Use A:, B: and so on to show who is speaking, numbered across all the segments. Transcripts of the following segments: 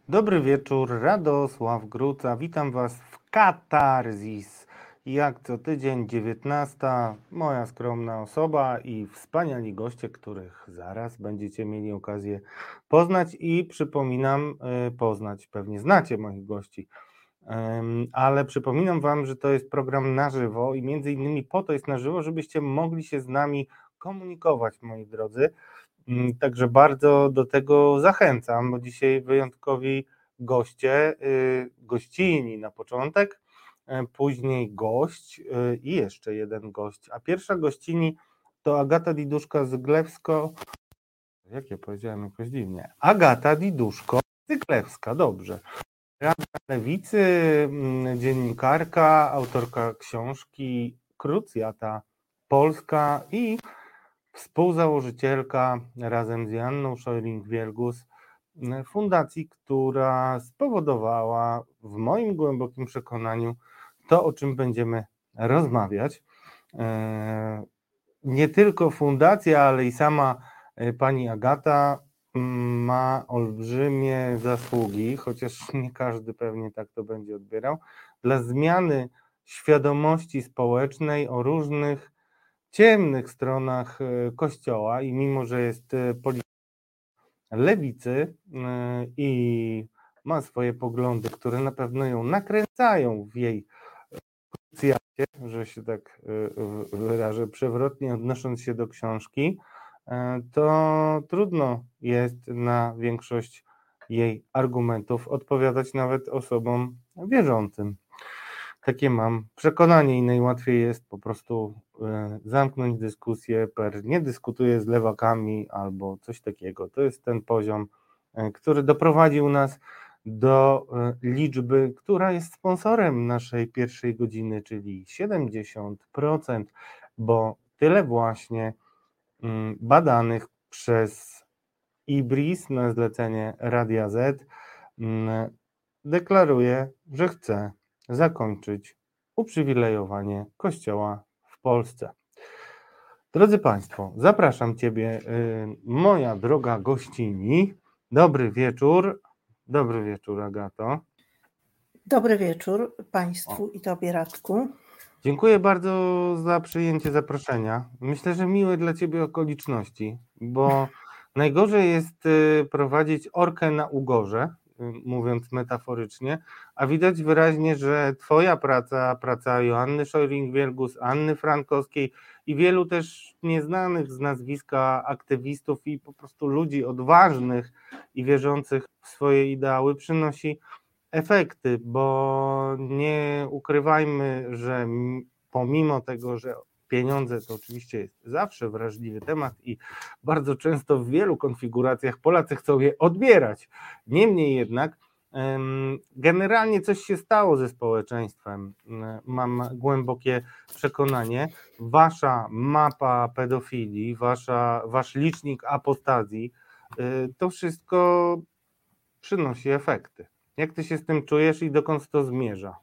A: Dobry wieczór, Radosław Gruca. Witam Was w Katarzis. Jak co tydzień, 19. Moja skromna osoba i wspaniali goście, których zaraz będziecie mieli okazję poznać i przypominam, poznać. Pewnie znacie moich gości, ale przypominam Wam, że to jest program na żywo i między innymi po to jest na żywo, żebyście mogli się z nami komunikować, moi drodzy. Także bardzo do tego zachęcam, bo dzisiaj wyjątkowi goście, gościni na początek, później gość i jeszcze jeden gość. A pierwsza gościni to Agata Diduszko-Zyglewsko. Jak ja powiedziałem jakoś dziwnie. Agata Diduszko-Zyglewska, dobrze. Radna Lewicy, dziennikarka, autorka książki Krucjata Polska i współzałożycielka razem z Joanną Scheuring-Wielgus fundacji, która spowodowała w moim głębokim przekonaniu to, o czym będziemy rozmawiać. Nie tylko fundacja, ale i sama pani Agata ma olbrzymie zasługi, chociaż nie każdy pewnie tak to będzie odbierał, dla zmiany świadomości społecznej o różnych ciemnych stronach Kościoła i mimo, że jest politykiem lewicy i ma swoje poglądy, które na pewno ją nakręcają w jej krucjacie, że się tak wyrażę przewrotnie odnosząc się do książki, to trudno jest na większość jej argumentów odpowiadać nawet osobom wierzącym. Takie mam przekonanie i najłatwiej jest po prostu zamknąć dyskusję nie dyskutuję z lewakami albo coś takiego. To jest ten poziom, który doprowadził nas do liczby, która jest sponsorem naszej pierwszej godziny, czyli 70%, bo tyle właśnie badanych przez IBRIS na zlecenie Radia Z deklaruje, że chce zakończyć uprzywilejowanie Kościoła w Polsce. Drodzy Państwo, zapraszam Ciebie, moja droga gościni. Dobry wieczór. Dobry wieczór, Agato.
B: Dobry wieczór Państwu i Tobie, Radku.
A: Dziękuję bardzo za przyjęcie zaproszenia. Myślę, że miłe dla Ciebie okoliczności, bo najgorzej jest prowadzić orkę na ugorze, mówiąc metaforycznie, a widać wyraźnie, że Twoja praca Joanny Scheuring-Wielgus, Anny Frankowskiej i wielu też nieznanych z nazwiska aktywistów i po prostu ludzi odważnych i wierzących w swoje ideały przynosi efekty, bo nie ukrywajmy, że pomimo tego, że pieniądze to oczywiście jest zawsze wrażliwy temat i bardzo często w wielu konfiguracjach Polacy chcą je odbierać. Niemniej jednak generalnie coś się stało ze społeczeństwem. Mam głębokie przekonanie. Wasza mapa pedofilii, wasz licznik apostazji, to wszystko przynosi efekty. Jak ty się z tym czujesz i dokąd to zmierza?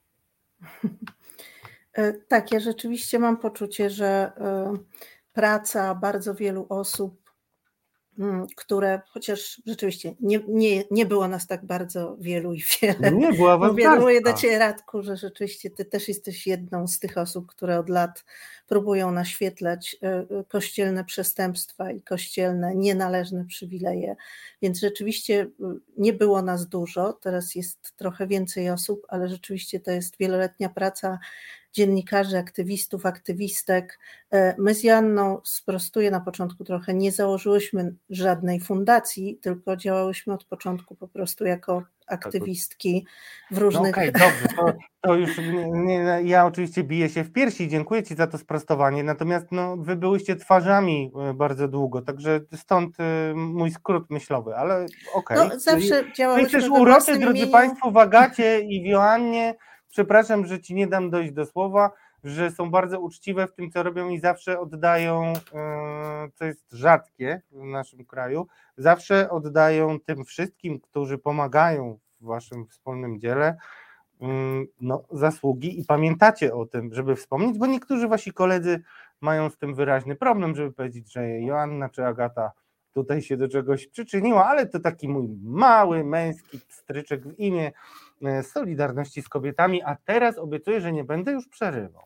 B: Tak, ja rzeczywiście mam poczucie, że praca bardzo wielu osób, które chociaż rzeczywiście nie było nas tak bardzo wielu i wiele.
A: Nie, była was
B: Mówię do Ciebie, Radku, że rzeczywiście Ty też jesteś jedną z tych osób, które od lat próbują naświetlać kościelne przestępstwa i kościelne nienależne przywileje, więc rzeczywiście nie było nas dużo, teraz jest trochę więcej osób, ale rzeczywiście to jest wieloletnia praca dziennikarzy, aktywistów, aktywistek. My z Joanną, sprostuję na początku trochę, nie założyłyśmy żadnej fundacji, tylko działałyśmy od początku po prostu jako aktywistki w różnych...
A: No okej, dobrze, to już ja oczywiście biję się w piersi i dziękuję Ci za to sprostowanie, natomiast Wy byłyście twarzami bardzo długo, także stąd mój skrót myślowy, ale okej.
B: No, zawsze działałyśmy
A: też
B: we
A: uroczy,
B: własnym
A: drodzy
B: imieniu.
A: Państwo, w Agacie i w Joannie, przepraszam, że Ci nie dam dojść do słowa, że są bardzo uczciwe w tym, co robią i zawsze oddają, co jest rzadkie w naszym kraju, zawsze oddają tym wszystkim, którzy pomagają w Waszym wspólnym dziele, zasługi i pamiętacie o tym, żeby wspomnieć, bo niektórzy Wasi koledzy mają z tym wyraźny problem, żeby powiedzieć, że Joanna czy Agata tutaj się do czegoś przyczyniła, ale to taki mój mały, męski pstryczek w imię Solidarności z Kobietami, a teraz obiecuję, że nie będę już przerywał.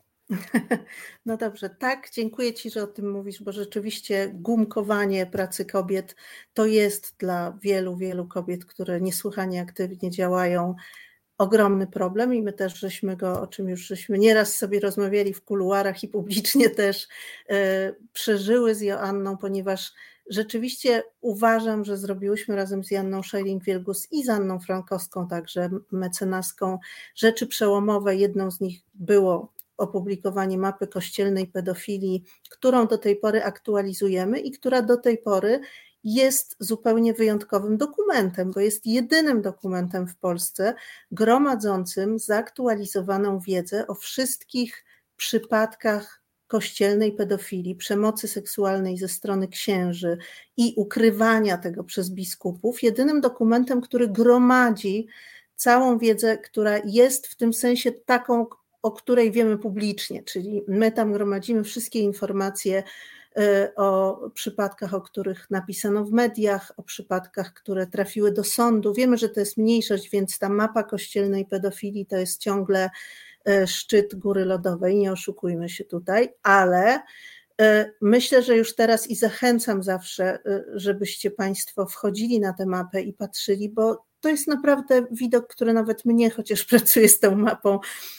B: No dobrze, tak, dziękuję Ci, że o tym mówisz, bo rzeczywiście gumkowanie pracy kobiet to jest dla wielu, wielu kobiet, które niesłychanie aktywnie działają, ogromny problem i my też żeśmy go, o czym już żeśmy nieraz sobie rozmawiali w kuluarach i publicznie też przeżyły z Joanną, ponieważ rzeczywiście uważam, że zrobiłyśmy razem z Janną Scheuring-Wielgus i z Anną Frankowską, także mecenaską, rzeczy przełomowe. Jedną z nich było opublikowanie mapy kościelnej pedofilii, którą do tej pory aktualizujemy i która do tej pory jest zupełnie wyjątkowym dokumentem, bo jest jedynym dokumentem w Polsce gromadzącym zaktualizowaną wiedzę o wszystkich przypadkach kościelnej pedofilii, przemocy seksualnej ze strony księży i ukrywania tego przez biskupów, jedynym dokumentem, który gromadzi całą wiedzę, która jest w tym sensie taką, o której wiemy publicznie, czyli my tam gromadzimy wszystkie informacje o przypadkach, o których napisano w mediach, o przypadkach, które trafiły do sądu. Wiemy, że to jest mniejszość, więc ta mapa kościelnej pedofilii to jest ciągle szczyt góry lodowej, nie oszukujmy się tutaj, ale myślę, że już teraz i zachęcam zawsze, żebyście Państwo wchodzili na tę mapę i patrzyli, bo to jest naprawdę widok, który nawet mnie, chociaż pracuję z tą mapą,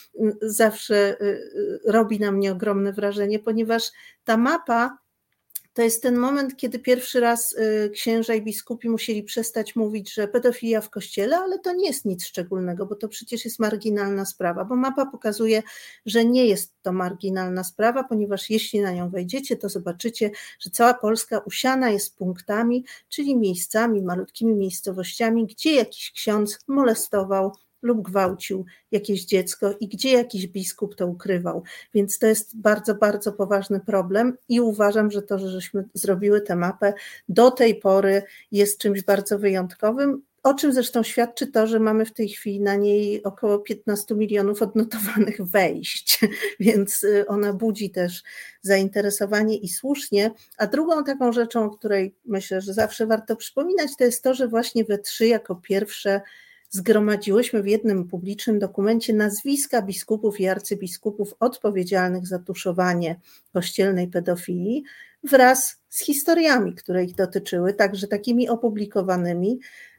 B: zawsze robi na mnie ogromne wrażenie, ponieważ ta mapa to jest ten moment, kiedy pierwszy raz księża i biskupi musieli przestać mówić, że pedofilia w kościele, ale to nie jest nic szczególnego, bo to przecież jest marginalna sprawa, bo mapa pokazuje, że nie jest to marginalna sprawa, ponieważ jeśli na nią wejdziecie, to zobaczycie, że cała Polska usiana jest punktami, czyli miejscami, malutkimi miejscowościami, gdzie jakiś ksiądz molestował lub gwałcił jakieś dziecko i gdzie jakiś biskup to ukrywał. Więc to jest bardzo, bardzo poważny problem i uważam, że to, że żeśmy zrobiły tę mapę, do tej pory jest czymś bardzo wyjątkowym, o czym zresztą świadczy to, że mamy w tej chwili na niej około 15 milionów odnotowanych wejść, więc ona budzi też zainteresowanie i słusznie. A drugą taką rzeczą, o której myślę, że zawsze warto przypominać, to jest to, że właśnie we trzy jako pierwsze zgromadziłyśmy w jednym publicznym dokumencie nazwiska biskupów i arcybiskupów odpowiedzialnych za tuszowanie kościelnej pedofilii wraz z historiami, które ich dotyczyły, także takimi opublikowanymi,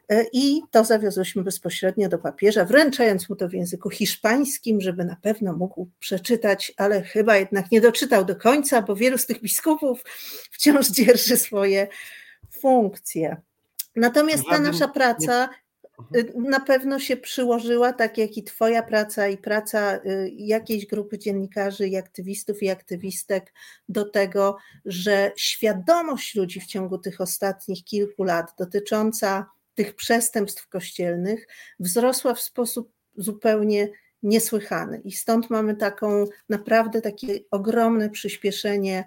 B: i to zawiozłyśmy bezpośrednio do papieża, wręczając mu to w języku hiszpańskim, żeby na pewno mógł przeczytać, ale chyba jednak nie doczytał do końca, bo wielu z tych biskupów wciąż dzierży swoje funkcje. Natomiast ta nasza praca na pewno się przyłożyła, tak jak i Twoja praca i praca jakiejś grupy dziennikarzy i aktywistów i aktywistek do tego, że świadomość ludzi w ciągu tych ostatnich kilku lat dotycząca tych przestępstw kościelnych wzrosła w sposób zupełnie niesłychany. I stąd mamy taką naprawdę takie ogromne przyspieszenie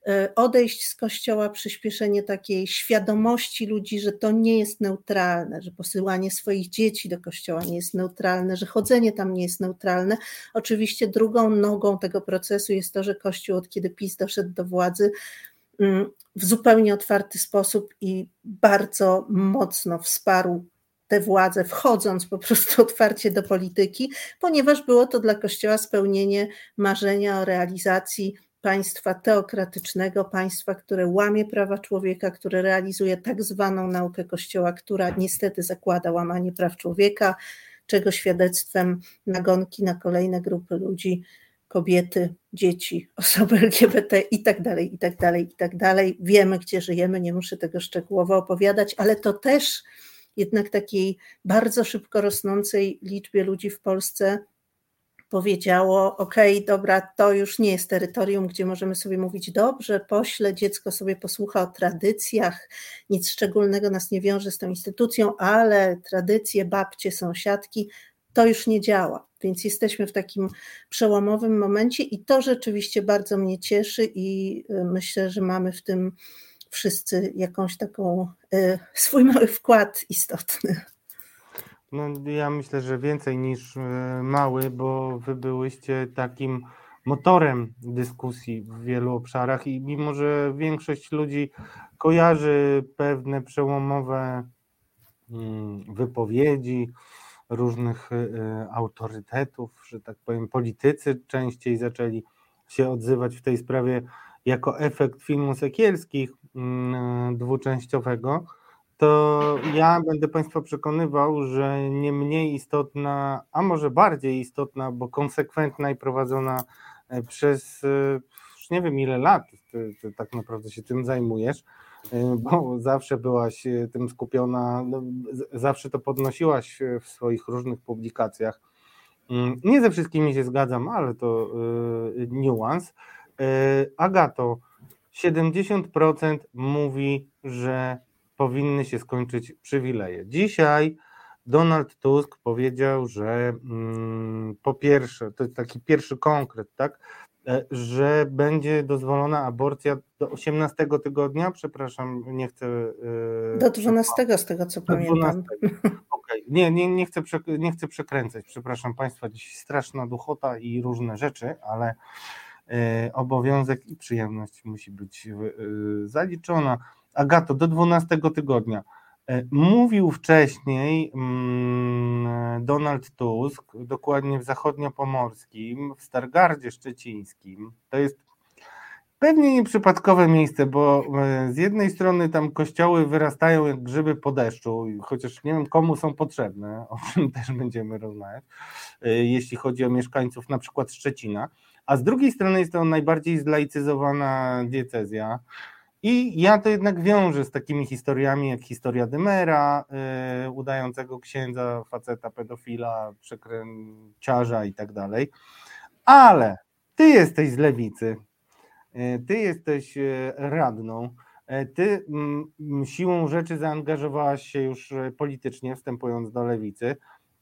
B: odejść z Kościoła, przyspieszenie takiej świadomości ludzi, że to nie jest neutralne, że posyłanie swoich dzieci do Kościoła nie jest neutralne, że chodzenie tam nie jest neutralne. Oczywiście drugą nogą tego procesu jest to, że Kościół, od kiedy PiS doszedł do władzy, w zupełnie otwarty sposób i bardzo mocno wsparł tę władzę, wchodząc po prostu otwarcie do polityki, ponieważ było to dla Kościoła spełnienie marzenia o realizacji państwa teokratycznego, państwa, które łamie prawa człowieka, które realizuje tak zwaną naukę Kościoła, która niestety zakłada łamanie praw człowieka, czego świadectwem nagonki na kolejne grupy ludzi, kobiety, dzieci, osoby LGBT i tak dalej, i tak dalej, i tak dalej. Wiemy, gdzie żyjemy, nie muszę tego szczegółowo opowiadać, ale to też jednak takiej bardzo szybko rosnącej liczbie ludzi w Polsce powiedziało, okej, dobra, to już nie jest terytorium, gdzie możemy sobie mówić, dobrze, poślę, dziecko sobie posłucha o tradycjach, nic szczególnego nas nie wiąże z tą instytucją, ale tradycje, babcie, sąsiadki, to już nie działa. Więc jesteśmy w takim przełomowym momencie i to rzeczywiście bardzo mnie cieszy i myślę, że mamy w tym wszyscy jakąś taką swój mały wkład istotny.
A: No, ja myślę, że więcej niż mały, bo wy byłyście takim motorem dyskusji w wielu obszarach i mimo, że większość ludzi kojarzy pewne przełomowe wypowiedzi różnych autorytetów, że tak powiem, politycy częściej zaczęli się odzywać w tej sprawie jako efekt filmu Sekielskich dwuczęściowego, to ja będę Państwa przekonywał, że nie mniej istotna, a może bardziej istotna, bo konsekwentna i prowadzona przez już nie wiem ile lat ty tak naprawdę się tym zajmujesz, bo zawsze byłaś tym skupiona, no, zawsze to podnosiłaś w swoich różnych publikacjach. Nie ze wszystkimi się zgadzam, ale to niuans. Agato, 70% mówi, że powinny się skończyć przywileje. Dzisiaj Donald Tusk powiedział, że po pierwsze, to jest taki pierwszy konkret, tak, że będzie dozwolona aborcja do 18 tygodnia, przepraszam, nie chcę...
B: Do 12 z tego co pamiętam.
A: Okay. Nie chcę przekręcać, przepraszam Państwa, dziś straszna duchota i różne rzeczy, ale obowiązek i przyjemność musi być zaliczona. Agato, do 12 tygodnia. Mówił wcześniej Donald Tusk, dokładnie w Zachodniopomorskim, w Stargardzie Szczecińskim. To jest pewnie nieprzypadkowe miejsce, bo z jednej strony tam kościoły wyrastają jak grzyby po deszczu, chociaż nie wiem komu są potrzebne, o czym też będziemy rozmawiać, jeśli chodzi o mieszkańców na przykład Szczecina, a z drugiej strony jest to najbardziej zlaicyzowana diecezja. I ja to jednak wiążę z takimi historiami jak historia Dymera, udającego księdza, faceta, pedofila, przekręciarza i tak dalej. Ale ty jesteś z lewicy, ty jesteś radną, ty siłą rzeczy zaangażowałaś się już politycznie, wstępując do lewicy.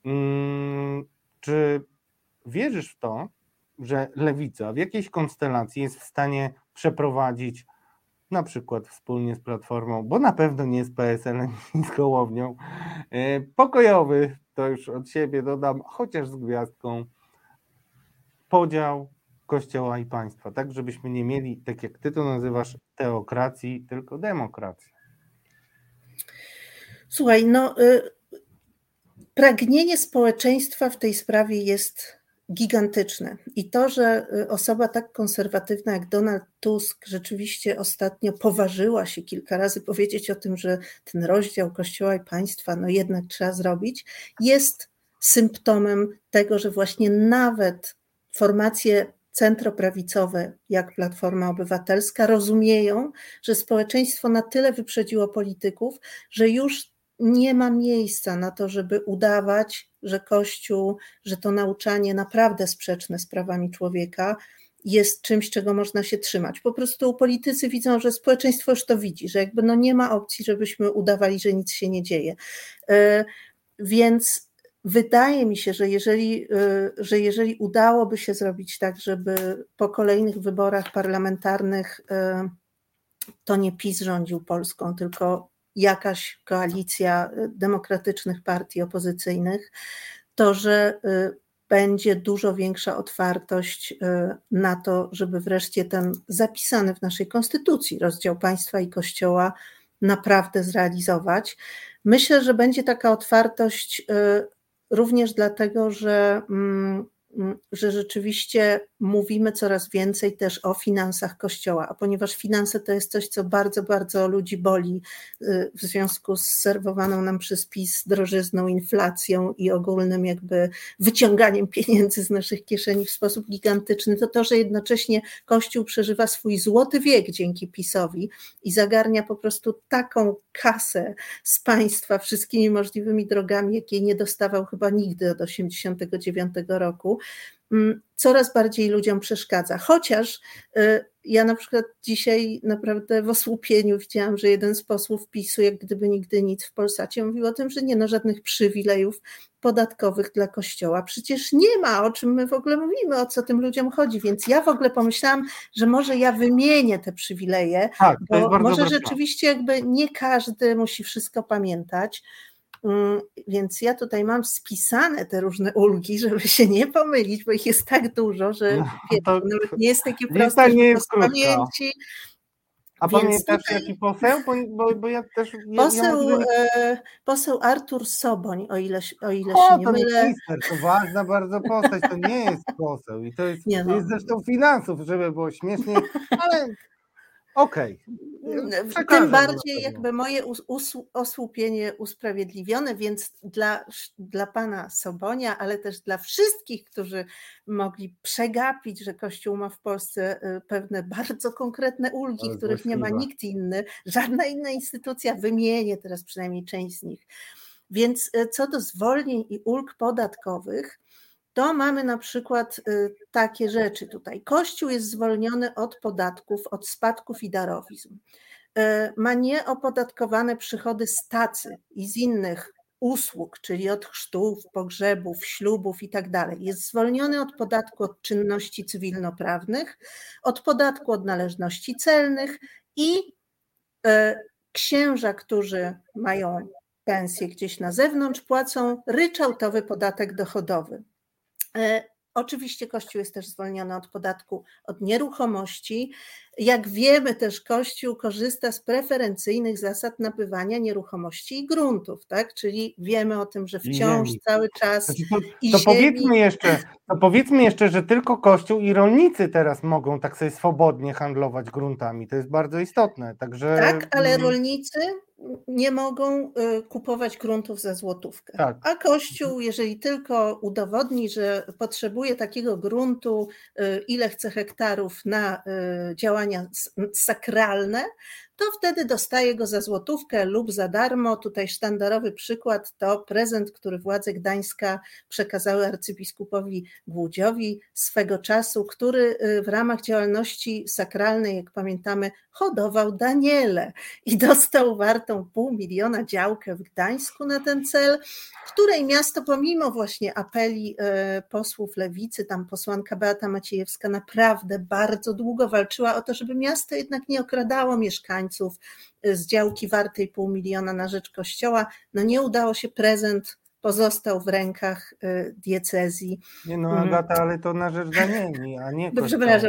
A: Czy wierzysz w to, że lewica w jakiejś konstelacji jest w stanie przeprowadzić na przykład wspólnie z Platformą, bo na pewno nie z PSL-em i z Hołownią, pokojowy, to już od siebie dodam, chociaż z gwiazdką, podział Kościoła i państwa, tak żebyśmy nie mieli, tak jak ty to nazywasz, teokracji, tylko demokracji.
B: Słuchaj, no pragnienie społeczeństwa w tej sprawie jest gigantyczne i to, że osoba tak konserwatywna jak Donald Tusk rzeczywiście ostatnio poważyła się kilka razy powiedzieć o tym, że ten rozdział Kościoła i państwa no jednak trzeba zrobić, jest symptomem tego, że właśnie nawet formacje centroprawicowe jak Platforma Obywatelska rozumieją, że społeczeństwo na tyle wyprzedziło polityków, że już nie ma miejsca na to, żeby udawać, że Kościół, że to nauczanie naprawdę sprzeczne z prawami człowieka jest czymś, czego można się trzymać. Po prostu politycy widzą, że społeczeństwo już to widzi, że jakby no nie ma opcji, żebyśmy udawali, że nic się nie dzieje. Więc wydaje mi się, że jeżeli udałoby się zrobić tak, żeby po kolejnych wyborach parlamentarnych to nie PiS rządził Polską, tylko jakaś koalicja demokratycznych partii opozycyjnych, to że będzie dużo większa otwartość na to, żeby wreszcie ten zapisany w naszej konstytucji rozdział państwa i Kościoła naprawdę zrealizować. Myślę, że będzie taka otwartość również dlatego, że rzeczywiście mówimy coraz więcej też o finansach Kościoła, a ponieważ finanse to jest coś, co bardzo, bardzo ludzi boli w związku z serwowaną nam przez PiS drożyzną, inflacją i ogólnym jakby wyciąganiem pieniędzy z naszych kieszeni w sposób gigantyczny, to, że jednocześnie Kościół przeżywa swój złoty wiek dzięki PiS-owi i zagarnia po prostu taką kasę z państwa wszystkimi możliwymi drogami, jakiej nie dostawał chyba nigdy od 1989 roku, coraz bardziej ludziom przeszkadza. Chociaż ja na przykład dzisiaj naprawdę w osłupieniu widziałam, że jeden z posłów PiS-u, jak gdyby nigdy nic w Polsacie, mówił o tym, że nie ma żadnych przywilejów podatkowych dla Kościoła. Przecież nie ma, o czym my w ogóle mówimy, o co tym ludziom chodzi, więc ja w ogóle pomyślałam, że może ja wymienię te przywileje,
A: Tak, to jest
B: bo
A: bardzo
B: może
A: dobre.
B: rzeczywiście jakby nie każdy musi wszystko pamiętać. Więc ja tutaj mam spisane te różne ulgi, żeby się nie pomylić, bo ich jest tak dużo, że
A: No,
B: wiecie,
A: to
B: to nawet nie jest takie
A: lista
B: proste,
A: nie
B: żeby to
A: jest
B: z
A: krótka.
B: pamięci.
A: A
B: Więc
A: pamiętasz
B: tutaj
A: jaki poseł? Bo ja też, ja
B: poseł,
A: może...
B: poseł Artur Soboń, o ile się
A: O,
B: nie
A: to
B: mylę.
A: minister, to ważna bardzo postać, to nie jest poseł i to
B: Nie
A: jest
B: no,
A: zresztą finansów, żeby było śmieszniej, ale okej,
B: tym
A: przekażę mu na
B: bardziej
A: pewno.
B: jakby moje osłupienie usprawiedliwione, więc dla pana Sobonia, ale też dla wszystkich, którzy mogli przegapić, że Kościół ma w Polsce pewne bardzo konkretne ulgi,
A: Ale
B: których nie ma
A: złośliwa.
B: nikt inny, żadna inna instytucja, wymienię teraz przynajmniej część z nich. Więc co do zwolnień i ulg podatkowych, to mamy na przykład takie rzeczy tutaj. Kościół jest zwolniony od podatków, od spadków i darowizn. Ma nieopodatkowane przychody z tacy i z innych usług, czyli od chrztów, pogrzebów, ślubów i tak dalej. Jest zwolniony od podatku od czynności cywilnoprawnych, od podatku od należności celnych i księża, którzy mają pensję gdzieś na zewnątrz, płacą ryczałtowy podatek dochodowy. Oczywiście Kościół jest też zwolniony od podatku od nieruchomości. Jak wiemy, też Kościół korzysta z preferencyjnych zasad nabywania nieruchomości i gruntów, tak? Czyli wiemy o tym, że
A: I
B: wciąż
A: ziemi.
B: cały czas
A: Znaczy
B: i
A: to
B: ziemi.
A: powiedzmy jeszcze, że tylko Kościół i rolnicy teraz mogą tak sobie swobodnie handlować gruntami. To jest bardzo istotne. Także
B: Tak, ale rolnicy nie mogą kupować gruntów za złotówkę.
A: tak.
B: A Kościół, jeżeli tylko udowodni, że potrzebuje takiego gruntu, ile chce hektarów na działania sakralne, to wtedy dostaje go za złotówkę lub za darmo. Tutaj sztandarowy przykład to prezent, który władze Gdańska przekazały arcybiskupowi Głódziowi swego czasu, który w ramach działalności sakralnej, jak pamiętamy, hodował daniele i dostał wartą 500 000 działkę w Gdańsku na ten cel, której miasto pomimo właśnie apeli posłów lewicy, tam posłanka Beata Maciejewska naprawdę bardzo długo walczyła o to, żeby miasto jednak nie okradało mieszkańców z działki wartej 500 000 na rzecz kościoła. No nie udało się, prezent pozostał w rękach diecezji.
A: Nie no, Agata, ale to na rzecz Danieli, a nie Kościoła.
B: Przepraszam,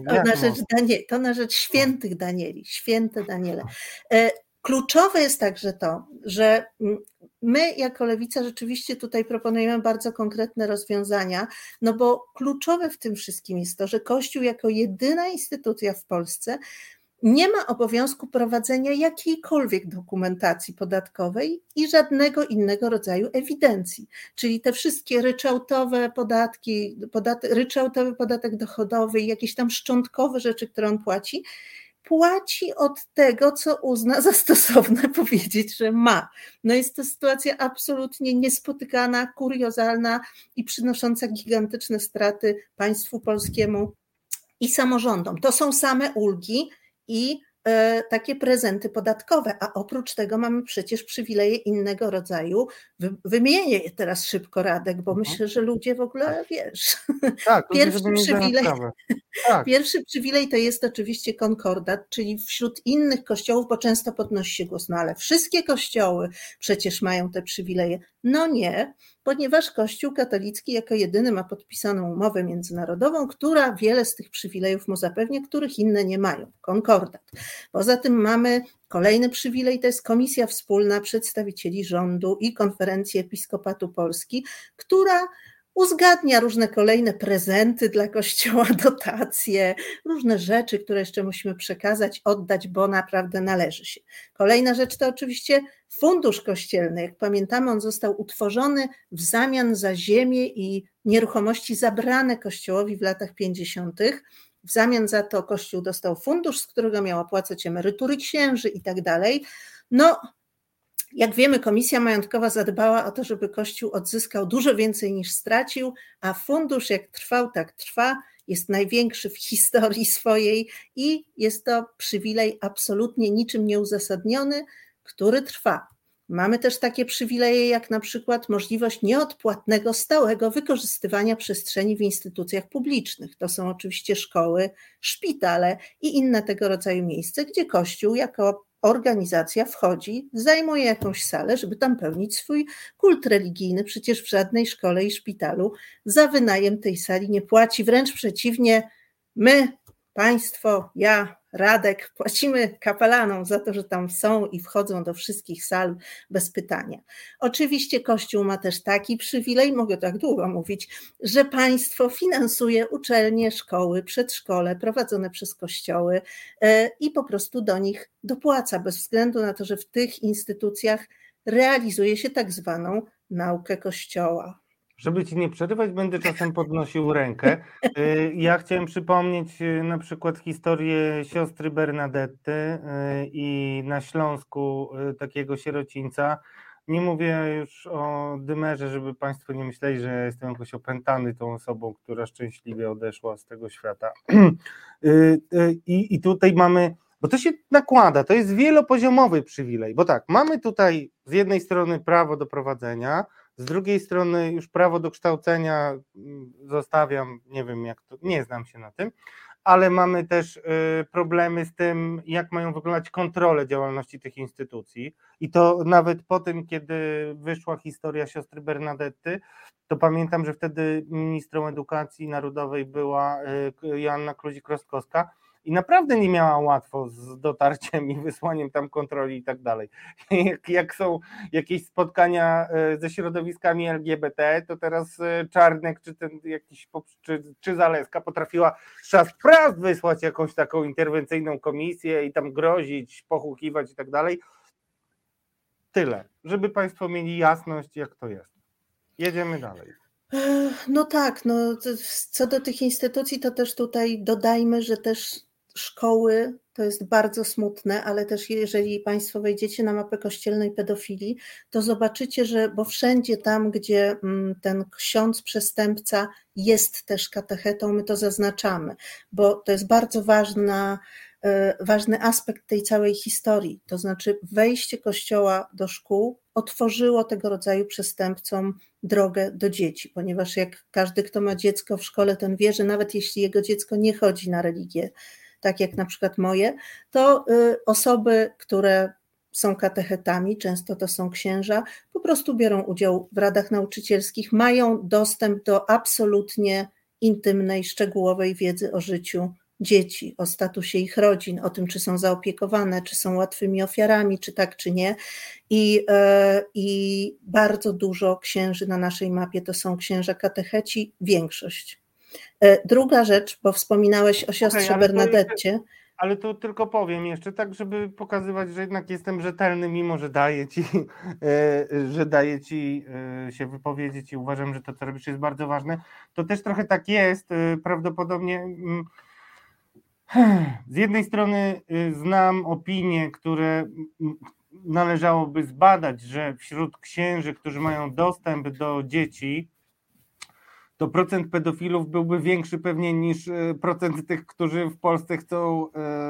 A: No,
B: to na rzecz świętych Danieli, święte Daniele. Kluczowe jest także to, że my jako Lewica rzeczywiście tutaj proponujemy bardzo konkretne rozwiązania, no bo kluczowe w tym wszystkim jest to, że Kościół jako jedyna instytucja w Polsce nie ma obowiązku prowadzenia jakiejkolwiek dokumentacji podatkowej i żadnego innego rodzaju ewidencji. Czyli te wszystkie ryczałtowe podatki, ryczałtowy podatek dochodowy i jakieś tam szczątkowe rzeczy, które on płaci od tego, co uzna za stosowne powiedzieć, że ma. No jest to sytuacja absolutnie niespotykana, kuriozalna i przynosząca gigantyczne straty państwu polskiemu i samorządom. To są same ulgi i takie prezenty podatkowe, a oprócz tego mamy przecież przywileje innego rodzaju. Wymienię je teraz szybko, Radek, bo myślę, że ludzie w ogóle, wiesz,
A: tak, ludzie
B: pierwszy
A: sobie nie zdają
B: przywilej,
A: sprawy. Tak.
B: pierwszy przywilej to jest oczywiście konkordat, czyli wśród innych kościołów, bo często podnosi się głos, no ale wszystkie kościoły przecież mają te przywileje. No nie, ponieważ Kościół katolicki jako jedyny ma podpisaną umowę międzynarodową, która wiele z tych przywilejów mu zapewnia, których inne nie mają. Konkordat. Poza tym mamy kolejny przywilej, to jest Komisja Wspólna Przedstawicieli Rządu i Konferencji Episkopatu Polski, która uzgadnia różne kolejne prezenty dla Kościoła, dotacje, różne rzeczy, które jeszcze musimy przekazać, oddać, bo naprawdę należy się. Kolejna rzecz to oczywiście Fundusz Kościelny. Jak pamiętamy, on został utworzony w zamian za ziemię i nieruchomości zabrane Kościołowi w latach 50. W zamian za to Kościół dostał fundusz, z którego miał opłacać emerytury księży i tak dalej. No, jak wiemy, Komisja Majątkowa zadbała o to, żeby Kościół odzyskał dużo więcej niż stracił, a fundusz jak trwał, tak trwa, jest największy w historii swojej i jest to przywilej absolutnie niczym nieuzasadniony, który trwa. Mamy też takie przywileje jak na przykład możliwość nieodpłatnego, stałego wykorzystywania przestrzeni w instytucjach publicznych. To są oczywiście szkoły, szpitale i inne tego rodzaju miejsca, gdzie Kościół jako organizacja wchodzi, zajmuje jakąś salę, żeby tam pełnić swój kult religijny. Przecież w żadnej szkole i szpitalu za wynajem tej sali nie płaci, wręcz przeciwnie, my, państwo, ja, Radek, płacimy kapelanom za to, że tam są i wchodzą do wszystkich sal bez pytania. Oczywiście Kościół ma też taki przywilej, mogę tak długo mówić, że państwo finansuje uczelnie, szkoły, przedszkole prowadzone przez kościoły i po prostu do nich dopłaca, bez względu na to, że w tych instytucjach realizuje się tak zwaną naukę Kościoła.
A: Żeby ci nie przerywać, będę czasem podnosił rękę. Ja chciałem przypomnieć na przykład historię siostry Bernadetty i na Śląsku takiego sierocińca. Nie mówię już o Dymerze, żeby Państwo nie myśleli, że jestem jakoś opętany tą osobą, która szczęśliwie odeszła z tego świata. I tutaj mamy, bo to się nakłada, to jest wielopoziomowy przywilej, bo tak, mamy tutaj z jednej strony prawo do prowadzenia, z drugiej strony już prawo do kształcenia zostawiam, nie wiem jak to, nie znam się na tym, ale mamy też problemy z tym, jak mają wyglądać kontrole działalności tych instytucji i to nawet po tym, kiedy wyszła historia siostry Bernadetty, to pamiętam, że wtedy ministrą edukacji narodowej była Joanna Kluzik-Rostkowska i naprawdę nie miała łatwo z dotarciem i wysłaniem tam kontroli i tak dalej. Jak są jakieś spotkania ze środowiskami LGBT, to teraz Czarnek czy ten jakiś czy Zalewska potrafiła czas wprost wysłać jakąś taką interwencyjną komisję i tam grozić, pohukiwać i tak dalej. Tyle, żeby Państwo mieli jasność, jak to jest. Jedziemy dalej.
B: No tak, no, co do tych instytucji, to też tutaj dodajmy, że też szkoły to jest bardzo smutne, ale też jeżeli Państwo wejdziecie na mapę kościelnej pedofilii, to zobaczycie, że bo wszędzie tam, gdzie ten ksiądz przestępca jest też katechetą, my to zaznaczamy, bo to jest bardzo ważny aspekt tej całej historii, to znaczy wejście Kościoła do szkół otworzyło tego rodzaju przestępcom drogę do dzieci, ponieważ jak każdy, kto ma dziecko w szkole, ten wie, że nawet jeśli jego dziecko nie chodzi na religię, tak jak na przykład moje, to osoby, które są katechetami, często to są księża, po prostu biorą udział w radach nauczycielskich, mają dostęp do absolutnie intymnej, szczegółowej wiedzy o życiu dzieci, o statusie ich rodzin, o tym, czy są zaopiekowane, czy są łatwymi ofiarami, czy tak, czy nie. I bardzo dużo księży na naszej mapie to są księża katecheci, większość. Druga rzecz, bo wspominałeś o siostrze Bernadetcie.
A: Ale to tylko powiem jeszcze tak, żeby pokazywać, że jednak jestem rzetelny, mimo że daję ci się wypowiedzieć i uważam, że to, co robisz, jest bardzo ważne. To też trochę tak jest, prawdopodobnie. Z jednej strony znam opinie, które należałoby zbadać, że wśród księży, którzy mają dostęp do dzieci, to procent pedofilów byłby większy pewnie niż procent tych, którzy w Polsce chcą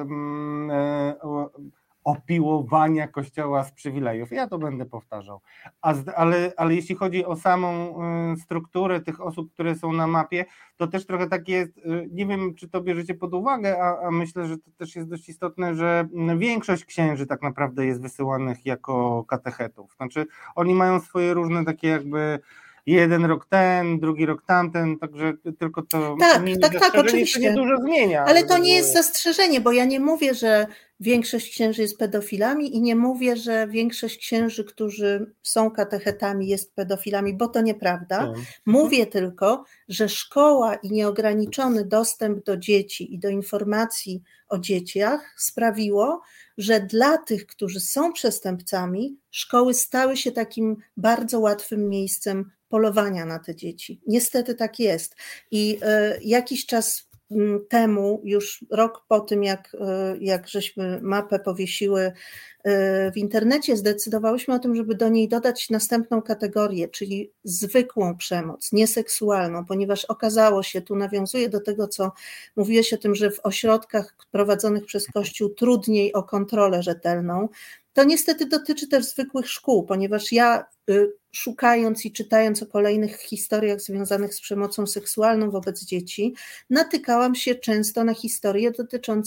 A: opiłowania Kościoła z przywilejów. Ja to będę powtarzał. Ale jeśli chodzi o samą strukturę tych osób, które są na mapie, to też trochę tak jest, nie wiem, czy to bierzecie pod uwagę, a myślę, że to też jest dość istotne, że większość księży tak naprawdę jest wysyłanych jako katechetów. Znaczy oni mają swoje różne takie jakby jeden rok ten, drugi rok tamten, także tylko to
B: Tak, oczywiście.
A: się niedużo zmienia.
B: Ale to nie jest zastrzeżenie, bo ja nie mówię, że większość księży jest pedofilami i nie mówię, że większość księży, którzy są katechetami, jest pedofilami, bo to nieprawda. Mówię tylko, że szkoła i nieograniczony dostęp do dzieci i do informacji o dzieciach sprawiło, że dla tych, którzy są przestępcami, szkoły stały się takim bardzo łatwym miejscem polowania na te dzieci. Niestety tak jest. I jakiś czas temu, już rok po tym, jak żeśmy mapę powiesiły w internecie, zdecydowałyśmy o tym, żeby do niej dodać następną kategorię, czyli zwykłą przemoc, nieseksualną, ponieważ okazało się, tu nawiązuję do tego, co mówiłeś o tym, że w ośrodkach prowadzonych przez Kościół trudniej o kontrolę rzetelną. To niestety dotyczy też zwykłych szkół, ponieważ ja szukając i czytając o kolejnych historiach związanych z przemocą seksualną wobec dzieci, natykałam się często na historie dotyczące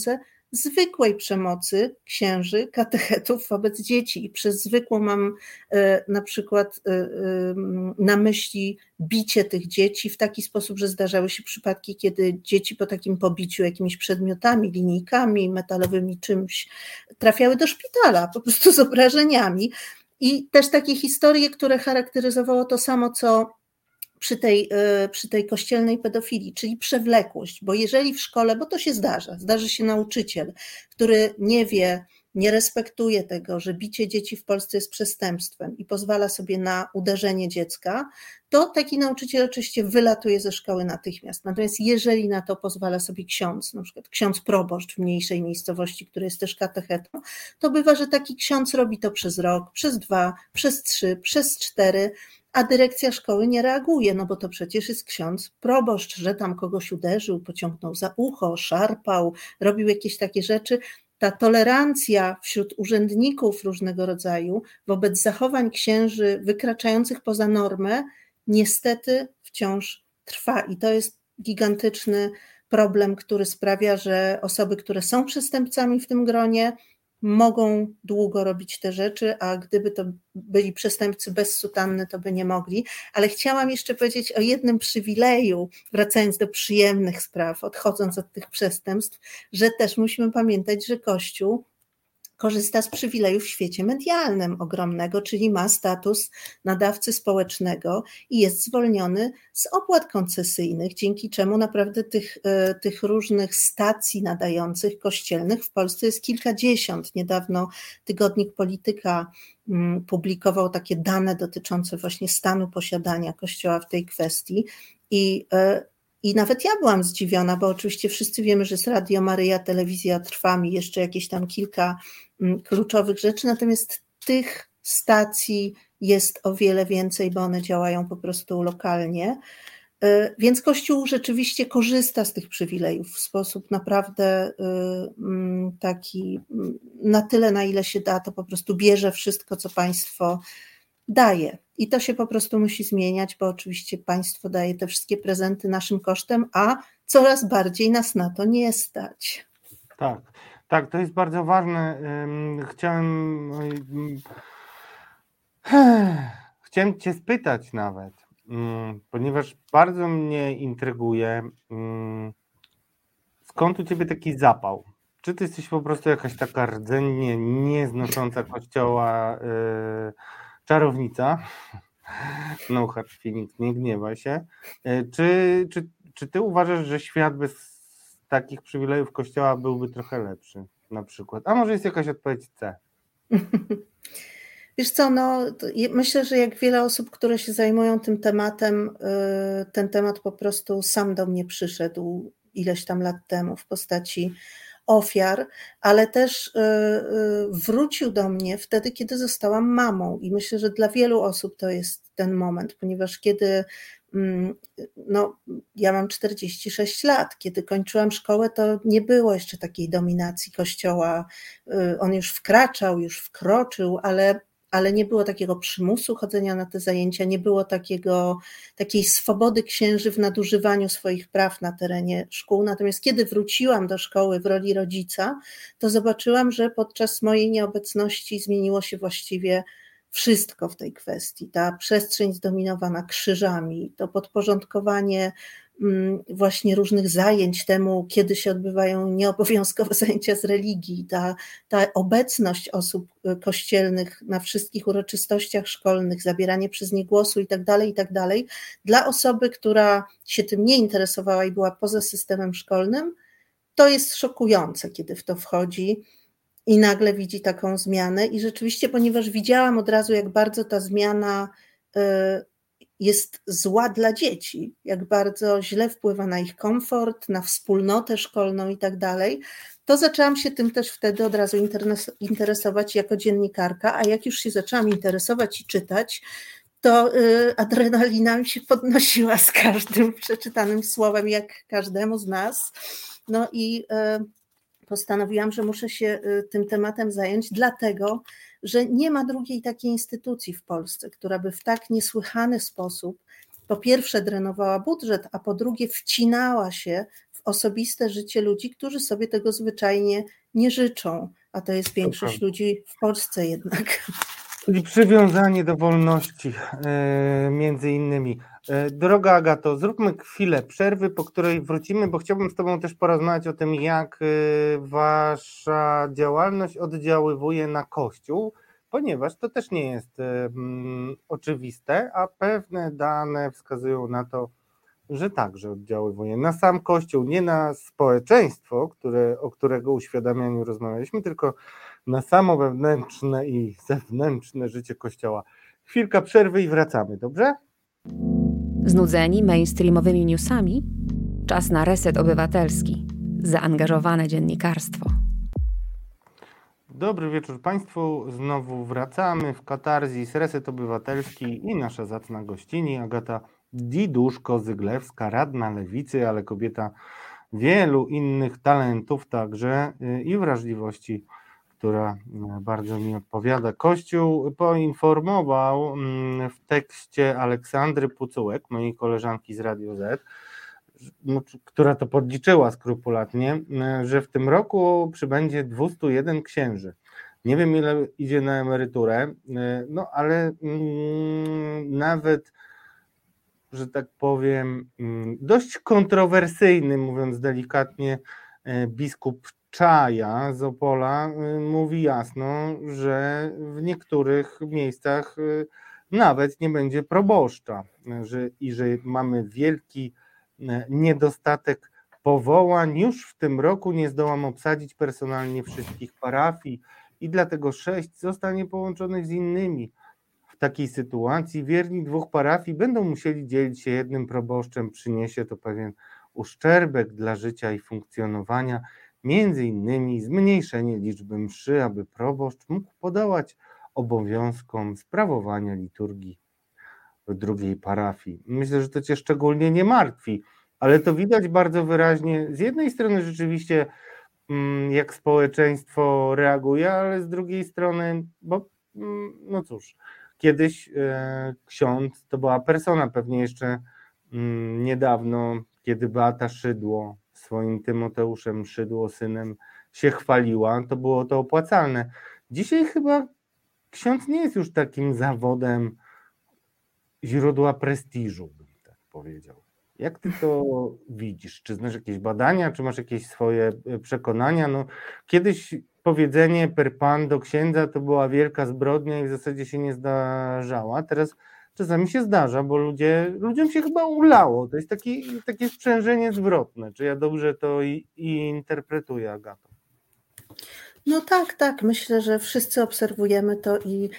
B: zwykłej przemocy księży, katechetów wobec dzieci. I przez zwykłą mam na przykład na myśli bicie tych dzieci w taki sposób, że zdarzały się przypadki, kiedy dzieci po takim pobiciu jakimiś przedmiotami, linijkami metalowymi, czymś, trafiały do szpitala po prostu z obrażeniami. I też takie historie, które charakteryzowało to samo, co przy tej kościelnej pedofilii, czyli przewlekłość, bo jeżeli w szkole, bo to się zdarzy się nauczyciel, który nie wie, nie respektuje tego, że bicie dzieci w Polsce jest przestępstwem i pozwala sobie na uderzenie dziecka, to taki nauczyciel oczywiście wylatuje ze szkoły natychmiast. Natomiast jeżeli na to pozwala sobie ksiądz, na przykład ksiądz proboszcz w mniejszej miejscowości, który jest też katechetą, to bywa, że taki ksiądz robi to przez rok, przez 2, przez 3, przez 4, a dyrekcja szkoły nie reaguje, no bo to przecież jest ksiądz proboszcz, że tam kogoś uderzył, pociągnął za ucho, szarpał, robił jakieś takie rzeczy. Ta tolerancja wśród urzędników różnego rodzaju wobec zachowań księży wykraczających poza normę niestety wciąż trwa i to jest gigantyczny problem, który sprawia, że osoby, które są przestępcami w tym gronie, mogą długo robić te rzeczy, a gdyby to byli przestępcy bez sutanny, to by nie mogli. Ale chciałam jeszcze powiedzieć o jednym przywileju, wracając do przyjemnych spraw, odchodząc od tych przestępstw, że też musimy pamiętać, że Kościół korzysta z przywileju w świecie medialnym ogromnego, czyli ma status nadawcy społecznego i jest zwolniony z opłat koncesyjnych, dzięki czemu naprawdę tych różnych stacji nadających kościelnych w Polsce jest kilkadziesiąt. Niedawno tygodnik Polityka publikował takie dane dotyczące właśnie stanu posiadania Kościoła w tej kwestii i nawet ja byłam zdziwiona, bo oczywiście wszyscy wiemy, że jest Radio Maryja, Telewizja Trwam i jeszcze jakieś tam kilka kluczowych rzeczy, natomiast tych stacji jest o wiele więcej, bo one działają po prostu lokalnie. Więc Kościół rzeczywiście korzysta z tych przywilejów w sposób naprawdę taki, na tyle, na ile się da, to po prostu bierze wszystko, co państwo daje. I to się po prostu musi zmieniać, bo oczywiście państwo daje te wszystkie prezenty naszym kosztem, a coraz bardziej nas na to nie stać.
A: Tak, to jest bardzo ważne. Chciałem Cię spytać nawet, ponieważ bardzo mnie intryguje, skąd u Ciebie taki zapał? Czy Ty jesteś po prostu jakaś taka rdzennie nieznosząca Kościoła czarownica? No hard feelings, nie gniewaj się. Czy Ty uważasz, że świat bez takich przywilejów Kościoła byłby trochę lepszy na przykład? A może jest jakaś odpowiedź C?
B: Wiesz co, no, myślę, że jak wiele osób, które się zajmują tym tematem, ten temat po prostu sam do mnie przyszedł ileś tam lat temu w postaci ofiar, ale też wrócił do mnie wtedy, kiedy zostałam mamą i myślę, że dla wielu osób to jest ten moment, ponieważ kiedy no, ja mam 46 lat, kiedy kończyłam szkołę, to nie było jeszcze takiej dominacji Kościoła, on już wkraczał, już wkroczył, ale nie było takiego przymusu chodzenia na te zajęcia, nie było takiej swobody księży w nadużywaniu swoich praw na terenie szkół. Natomiast kiedy wróciłam do szkoły w roli rodzica, to zobaczyłam, że podczas mojej nieobecności zmieniło się właściwie wszystko w tej kwestii. Ta przestrzeń zdominowana krzyżami, to podporządkowanie właśnie różnych zajęć temu, kiedy się odbywają nieobowiązkowe zajęcia z religii, ta obecność osób kościelnych na wszystkich uroczystościach szkolnych, zabieranie przez nie głosu i tak dalej, dla osoby, która się tym nie interesowała i była poza systemem szkolnym, to jest szokujące, kiedy w to wchodzi i nagle widzi taką zmianę i rzeczywiście, ponieważ widziałam od razu, jak bardzo ta zmiana jest zła dla dzieci, jak bardzo źle wpływa na ich komfort, na wspólnotę szkolną i tak dalej, to zaczęłam się tym też wtedy od razu interesować jako dziennikarka, a jak już się zaczęłam interesować i czytać, to adrenalina mi się podnosiła z każdym przeczytanym słowem, jak każdemu z nas. No i postanowiłam, że muszę się tym tematem zająć, dlatego, że nie ma drugiej takiej instytucji w Polsce, która by w tak niesłychany sposób po pierwsze drenowała budżet, a po drugie wcinała się w w osobiste życie ludzi, którzy sobie tego zwyczajnie nie życzą, a to jest większość ludzi w Polsce jednak.
A: Czyli przywiązanie do wolności, między innymi. Droga Agato, zróbmy chwilę przerwy, po której wrócimy, bo chciałbym z Tobą też porozmawiać o tym, jak Wasza działalność oddziaływuje na Kościół, ponieważ to też nie jest oczywiste, a pewne dane wskazują na to, że także oddziaływuje na sam Kościół, nie na społeczeństwo, o którego uświadamianiu rozmawialiśmy, tylko na samo wewnętrzne i zewnętrzne życie Kościoła. Chwilka przerwy i wracamy, dobrze?
C: Znudzeni mainstreamowymi newsami? Czas na reset obywatelski. Zaangażowane dziennikarstwo.
A: Dobry wieczór Państwu. Znowu wracamy w Katarzis, Reset Obywatelski i nasza zacna gościni Agata Diduszko-Zyglewska, radna Lewicy, ale kobieta wielu innych talentów także i wrażliwości, która bardzo mi odpowiada. Kościół poinformował w tekście Aleksandry Pucułek, mojej koleżanki z Radio Z, która to podliczyła skrupulatnie, że w tym roku przybędzie 201 księży. Nie wiem, ile idzie na emeryturę, no ale nawet, że tak powiem, dość kontrowersyjny, mówiąc delikatnie, biskup Czaja z Opola mówi jasno, że w niektórych miejscach nawet nie będzie proboszcza i że mamy wielki niedostatek powołań. Już w tym roku nie zdołam obsadzić personalnie wszystkich parafii i dlatego 6 zostanie połączonych z innymi. W takiej sytuacji wierni 2 parafii będą musieli dzielić się jednym proboszczem. Przyniesie to pewien uszczerbek dla życia i funkcjonowania, między innymi zmniejszenie liczby mszy, aby proboszcz mógł podołać obowiązkom sprawowania liturgii w drugiej parafii. Myślę, że to Cię szczególnie nie martwi, ale to widać bardzo wyraźnie. Z jednej strony rzeczywiście jak społeczeństwo reaguje, ale z drugiej strony, bo no cóż, kiedyś ksiądz to była persona, pewnie jeszcze niedawno, kiedy Beata Szydło swoim Tymoteuszem Szydło synem się chwaliła, to było to opłacalne. Dzisiaj chyba ksiądz nie jest już takim zawodem źródła prestiżu, bym tak powiedział. Jak ty to widzisz? Czy znasz jakieś badania, czy masz jakieś swoje przekonania? No, kiedyś powiedzenie per pan do księdza to była wielka zbrodnia i w zasadzie się nie zdarzała. Teraz czasami się zdarza, bo ludziom się chyba ulało. To jest takie sprzężenie zwrotne. Czy ja dobrze to i interpretuję, Agato?
B: No tak. Myślę, że wszyscy obserwujemy to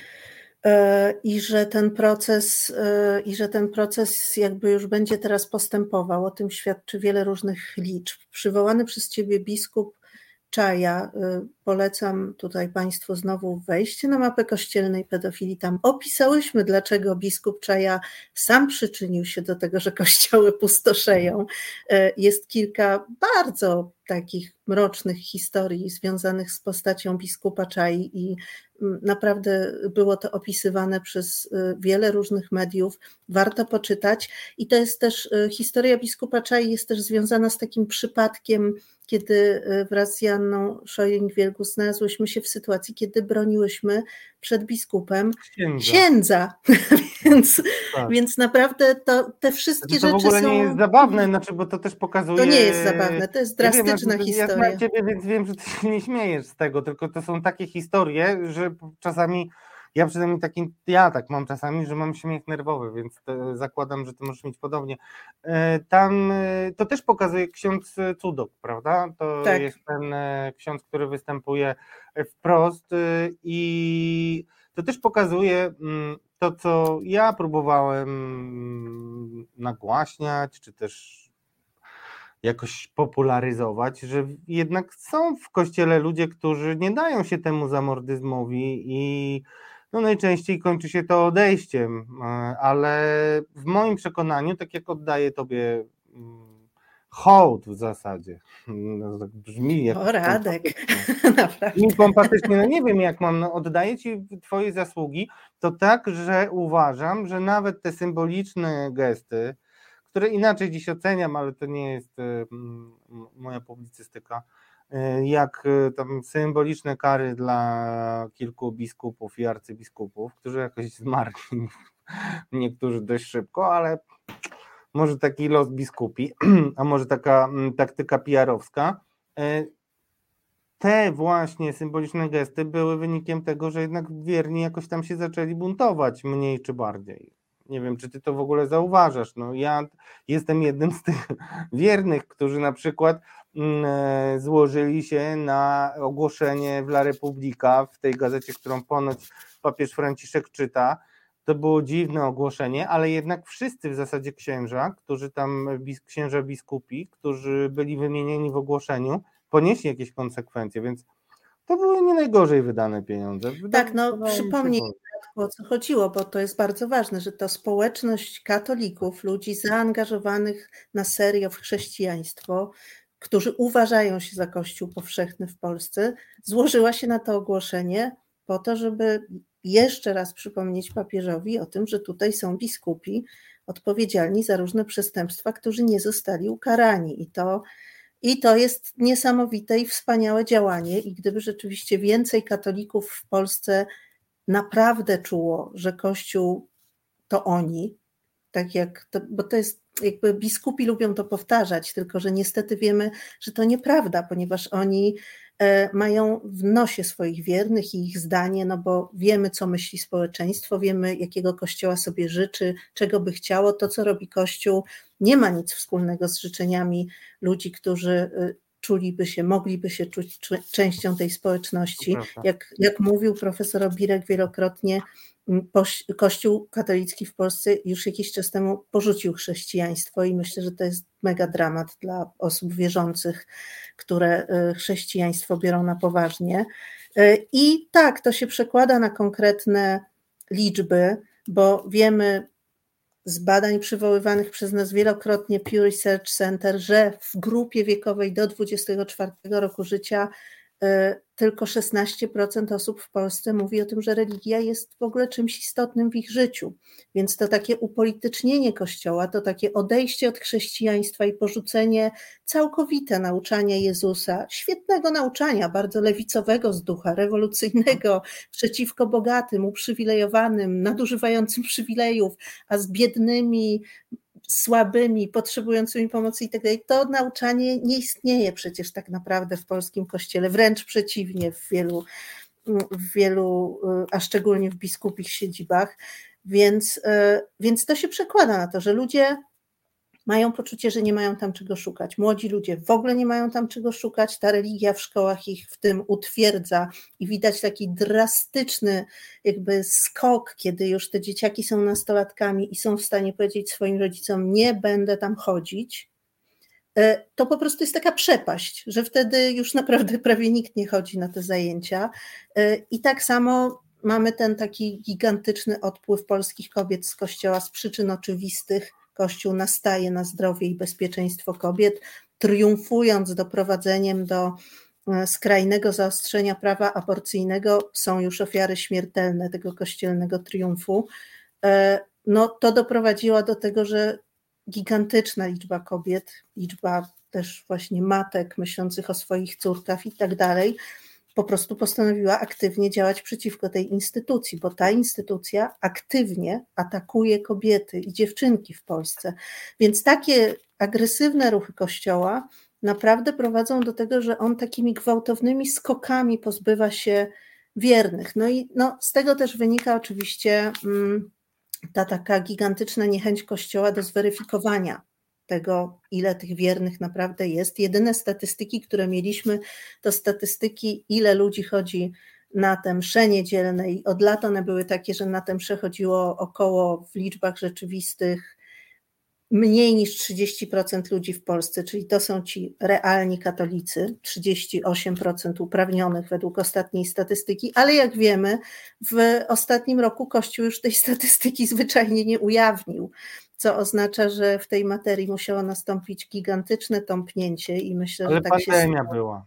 B: i że ten proces jakby już będzie teraz postępował. O tym świadczy wiele różnych liczb. Przywołany przez Ciebie biskup Czaja, polecam tutaj Państwu znowu wejść na mapę kościelnej pedofilii. Tam opisałyśmy, dlaczego biskup Czaja sam przyczynił się do tego, że kościoły pustoszeją. Jest kilka bardzo takich mrocznych historii związanych z postacią biskupa Czai i naprawdę było to opisywane przez wiele różnych mediów. Warto poczytać. I to jest też, historia biskupa Czai jest też związana z takim przypadkiem, kiedy wraz z Janną Scheuring-Wielgus znalazłyśmy się w sytuacji, kiedy broniłyśmy przed biskupem księdza. Więc naprawdę te wszystkie rzeczy są...
A: To w ogóle nie jest zabawne, bo to też pokazuje...
B: To nie jest zabawne, to jest drastyczna historia.
A: Ja znam Ciebie, więc wiem, że Ty się nie śmiejesz z tego, tylko to są takie historie, że czasami... Ja tak mam czasami, że mam śmiech nerwowy, więc zakładam, że Ty możesz mieć podobnie. Tam to też pokazuje ksiądz Cudok, prawda? To tak. Jest ten ksiądz, który występuje wprost i to też pokazuje to, co ja próbowałem nagłaśniać, czy też jakoś popularyzować, że jednak są w Kościele ludzie, którzy nie dają się temu zamordyzmowi i no najczęściej kończy się to odejściem, ale w moim przekonaniu, tak jak oddaję Tobie hołd w zasadzie, no, tak brzmi jak...
B: O, Radek, naprawdę.
A: Pompatycznie, no nie wiem jak mam, no oddaję Ci Twoje zasługi, to tak, że uważam, że nawet te symboliczne gesty, które inaczej dziś oceniam, ale to nie jest moja publicystyka, jak tam symboliczne kary dla kilku biskupów i arcybiskupów, którzy jakoś zmarli, niektórzy dość szybko, ale może taki los biskupi, a może taka taktyka PR-owska. Te właśnie symboliczne gesty były wynikiem tego, że jednak wierni jakoś tam się zaczęli buntować, mniej czy bardziej. Nie wiem, czy ty to w ogóle zauważasz. No, ja jestem jednym z tych wiernych, którzy na przykład złożyli się na ogłoszenie w La Repubblica, w tej gazecie, którą ponoć papież Franciszek czyta. To było dziwne ogłoszenie, ale jednak wszyscy w zasadzie księża, księża biskupi, którzy byli wymienieni w ogłoszeniu, ponieśli jakieś konsekwencje, więc to były nie najgorzej wydane pieniądze.
B: Tak, no przypomnij, o co chodziło, bo to jest bardzo ważne, że to społeczność katolików, ludzi zaangażowanych na serio w chrześcijaństwo, którzy uważają się za Kościół powszechny w Polsce, złożyła się na to ogłoszenie po to, żeby jeszcze raz przypomnieć papieżowi o tym, że tutaj są biskupi odpowiedzialni za różne przestępstwa, którzy nie zostali ukarani. I to jest niesamowite i wspaniałe działanie. I gdyby rzeczywiście więcej katolików w Polsce naprawdę czuło, że Kościół to oni, tak jak to, bo to jest jakby biskupi lubią to powtarzać, tylko że niestety wiemy, że to nieprawda, ponieważ oni mają w nosie swoich wiernych i ich zdanie, no bo wiemy, co myśli społeczeństwo, wiemy, jakiego Kościoła sobie życzy, czego by chciało. To, co robi Kościół, nie ma nic wspólnego z życzeniami ludzi, którzy czuliby się, mogliby się czuć częścią tej społeczności. Jak mówił profesor Obirek wielokrotnie, Kościół katolicki w Polsce już jakiś czas temu porzucił chrześcijaństwo i myślę, że to jest mega dramat dla osób wierzących, które chrześcijaństwo biorą na poważnie. I tak, to się przekłada na konkretne liczby, bo wiemy z badań przywoływanych przez nas wielokrotnie Pew Research Center, że w grupie wiekowej do 24 roku życia tylko 16% osób w Polsce mówi o tym, że religia jest w ogóle czymś istotnym w ich życiu. Więc to takie upolitycznienie Kościoła, to takie odejście od chrześcijaństwa i porzucenie całkowite nauczania Jezusa, świetnego nauczania, bardzo lewicowego z ducha, rewolucyjnego, przeciwko bogatym, uprzywilejowanym, nadużywającym przywilejów, a z biednymi, słabymi, potrzebującymi pomocy i tak dalej. To nauczanie nie istnieje przecież tak naprawdę w polskim Kościele, wręcz przeciwnie w wielu, a szczególnie w biskupich siedzibach, więc to się przekłada na to, że ludzie mają poczucie, że nie mają tam czego szukać. Młodzi ludzie w ogóle nie mają tam czego szukać, ta religia w szkołach ich w tym utwierdza i widać taki drastyczny jakby skok, kiedy już te dzieciaki są nastolatkami i są w stanie powiedzieć swoim rodzicom, nie będę tam chodzić. To po prostu jest taka przepaść, że wtedy już naprawdę prawie nikt nie chodzi na te zajęcia. I tak samo mamy ten taki gigantyczny odpływ polskich kobiet z Kościoła z przyczyn oczywistych. Kościół nastaje na zdrowie i bezpieczeństwo kobiet, triumfując doprowadzeniem do skrajnego zaostrzenia prawa aborcyjnego. Są już ofiary śmiertelne tego kościelnego triumfu. No, to doprowadziło do tego, że gigantyczna liczba kobiet, liczba też właśnie matek myślących o swoich córkach i tak dalej, po prostu postanowiła aktywnie działać przeciwko tej instytucji, bo ta instytucja aktywnie atakuje kobiety i dziewczynki w Polsce. Więc takie agresywne ruchy Kościoła naprawdę prowadzą do tego, że on takimi gwałtownymi skokami pozbywa się wiernych. No i z tego też wynika oczywiście ta taka gigantyczna niechęć Kościoła do zweryfikowania tego, ile tych wiernych naprawdę jest. Jedyne statystyki, które mieliśmy, to statystyki, ile ludzi chodzi na te msze niedzielne i od lat one były takie, że na te msze chodziło około w liczbach rzeczywistych mniej niż 30% ludzi w Polsce, czyli to są ci realni katolicy, 38% uprawnionych według ostatniej statystyki, ale jak wiemy, w ostatnim roku Kościół już tej statystyki zwyczajnie nie ujawnił, co oznacza, że w tej materii musiało nastąpić gigantyczne tąpnięcie i myślę,
A: ale
B: że tak
A: pandemia była.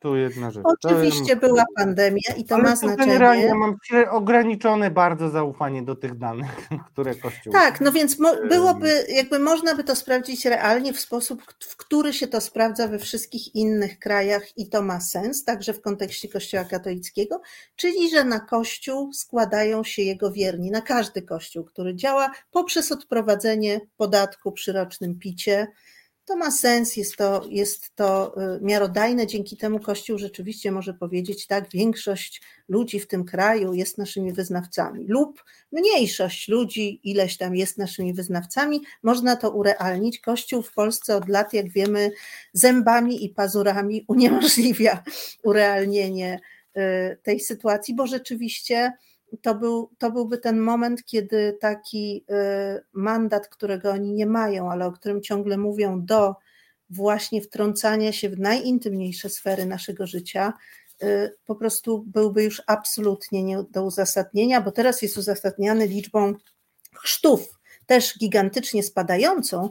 A: tu jedna rzecz.
B: Oczywiście była pandemia i to
A: ale
B: ma
A: to
B: znaczenie.
A: generalnie ja mam ograniczone bardzo zaufanie do tych danych, które Kościół...
B: Tak, no więc byłoby, jakby można by to sprawdzić realnie w sposób, w który się to sprawdza we wszystkich innych krajach i to ma sens, także w kontekście Kościoła katolickiego, czyli że na Kościół składają się jego wierni, na każdy Kościół, który działa poprzez odprowadzenie podatku przy rocznym picie. To ma sens, jest to miarodajne, dzięki temu Kościół rzeczywiście może powiedzieć, tak, większość ludzi w tym kraju jest naszymi wyznawcami lub mniejszość ludzi ileś tam jest naszymi wyznawcami, można to urealnić. Kościół w Polsce od lat, jak wiemy, zębami i pazurami uniemożliwia urealnienie tej sytuacji, bo rzeczywiście to byłby ten moment, kiedy taki mandat, którego oni nie mają, ale o którym ciągle mówią, do właśnie wtrącania się w najintymniejsze sfery naszego życia, po prostu byłby już absolutnie nie do uzasadnienia, bo teraz jest uzasadniany liczbą chrztów, też gigantycznie spadającą,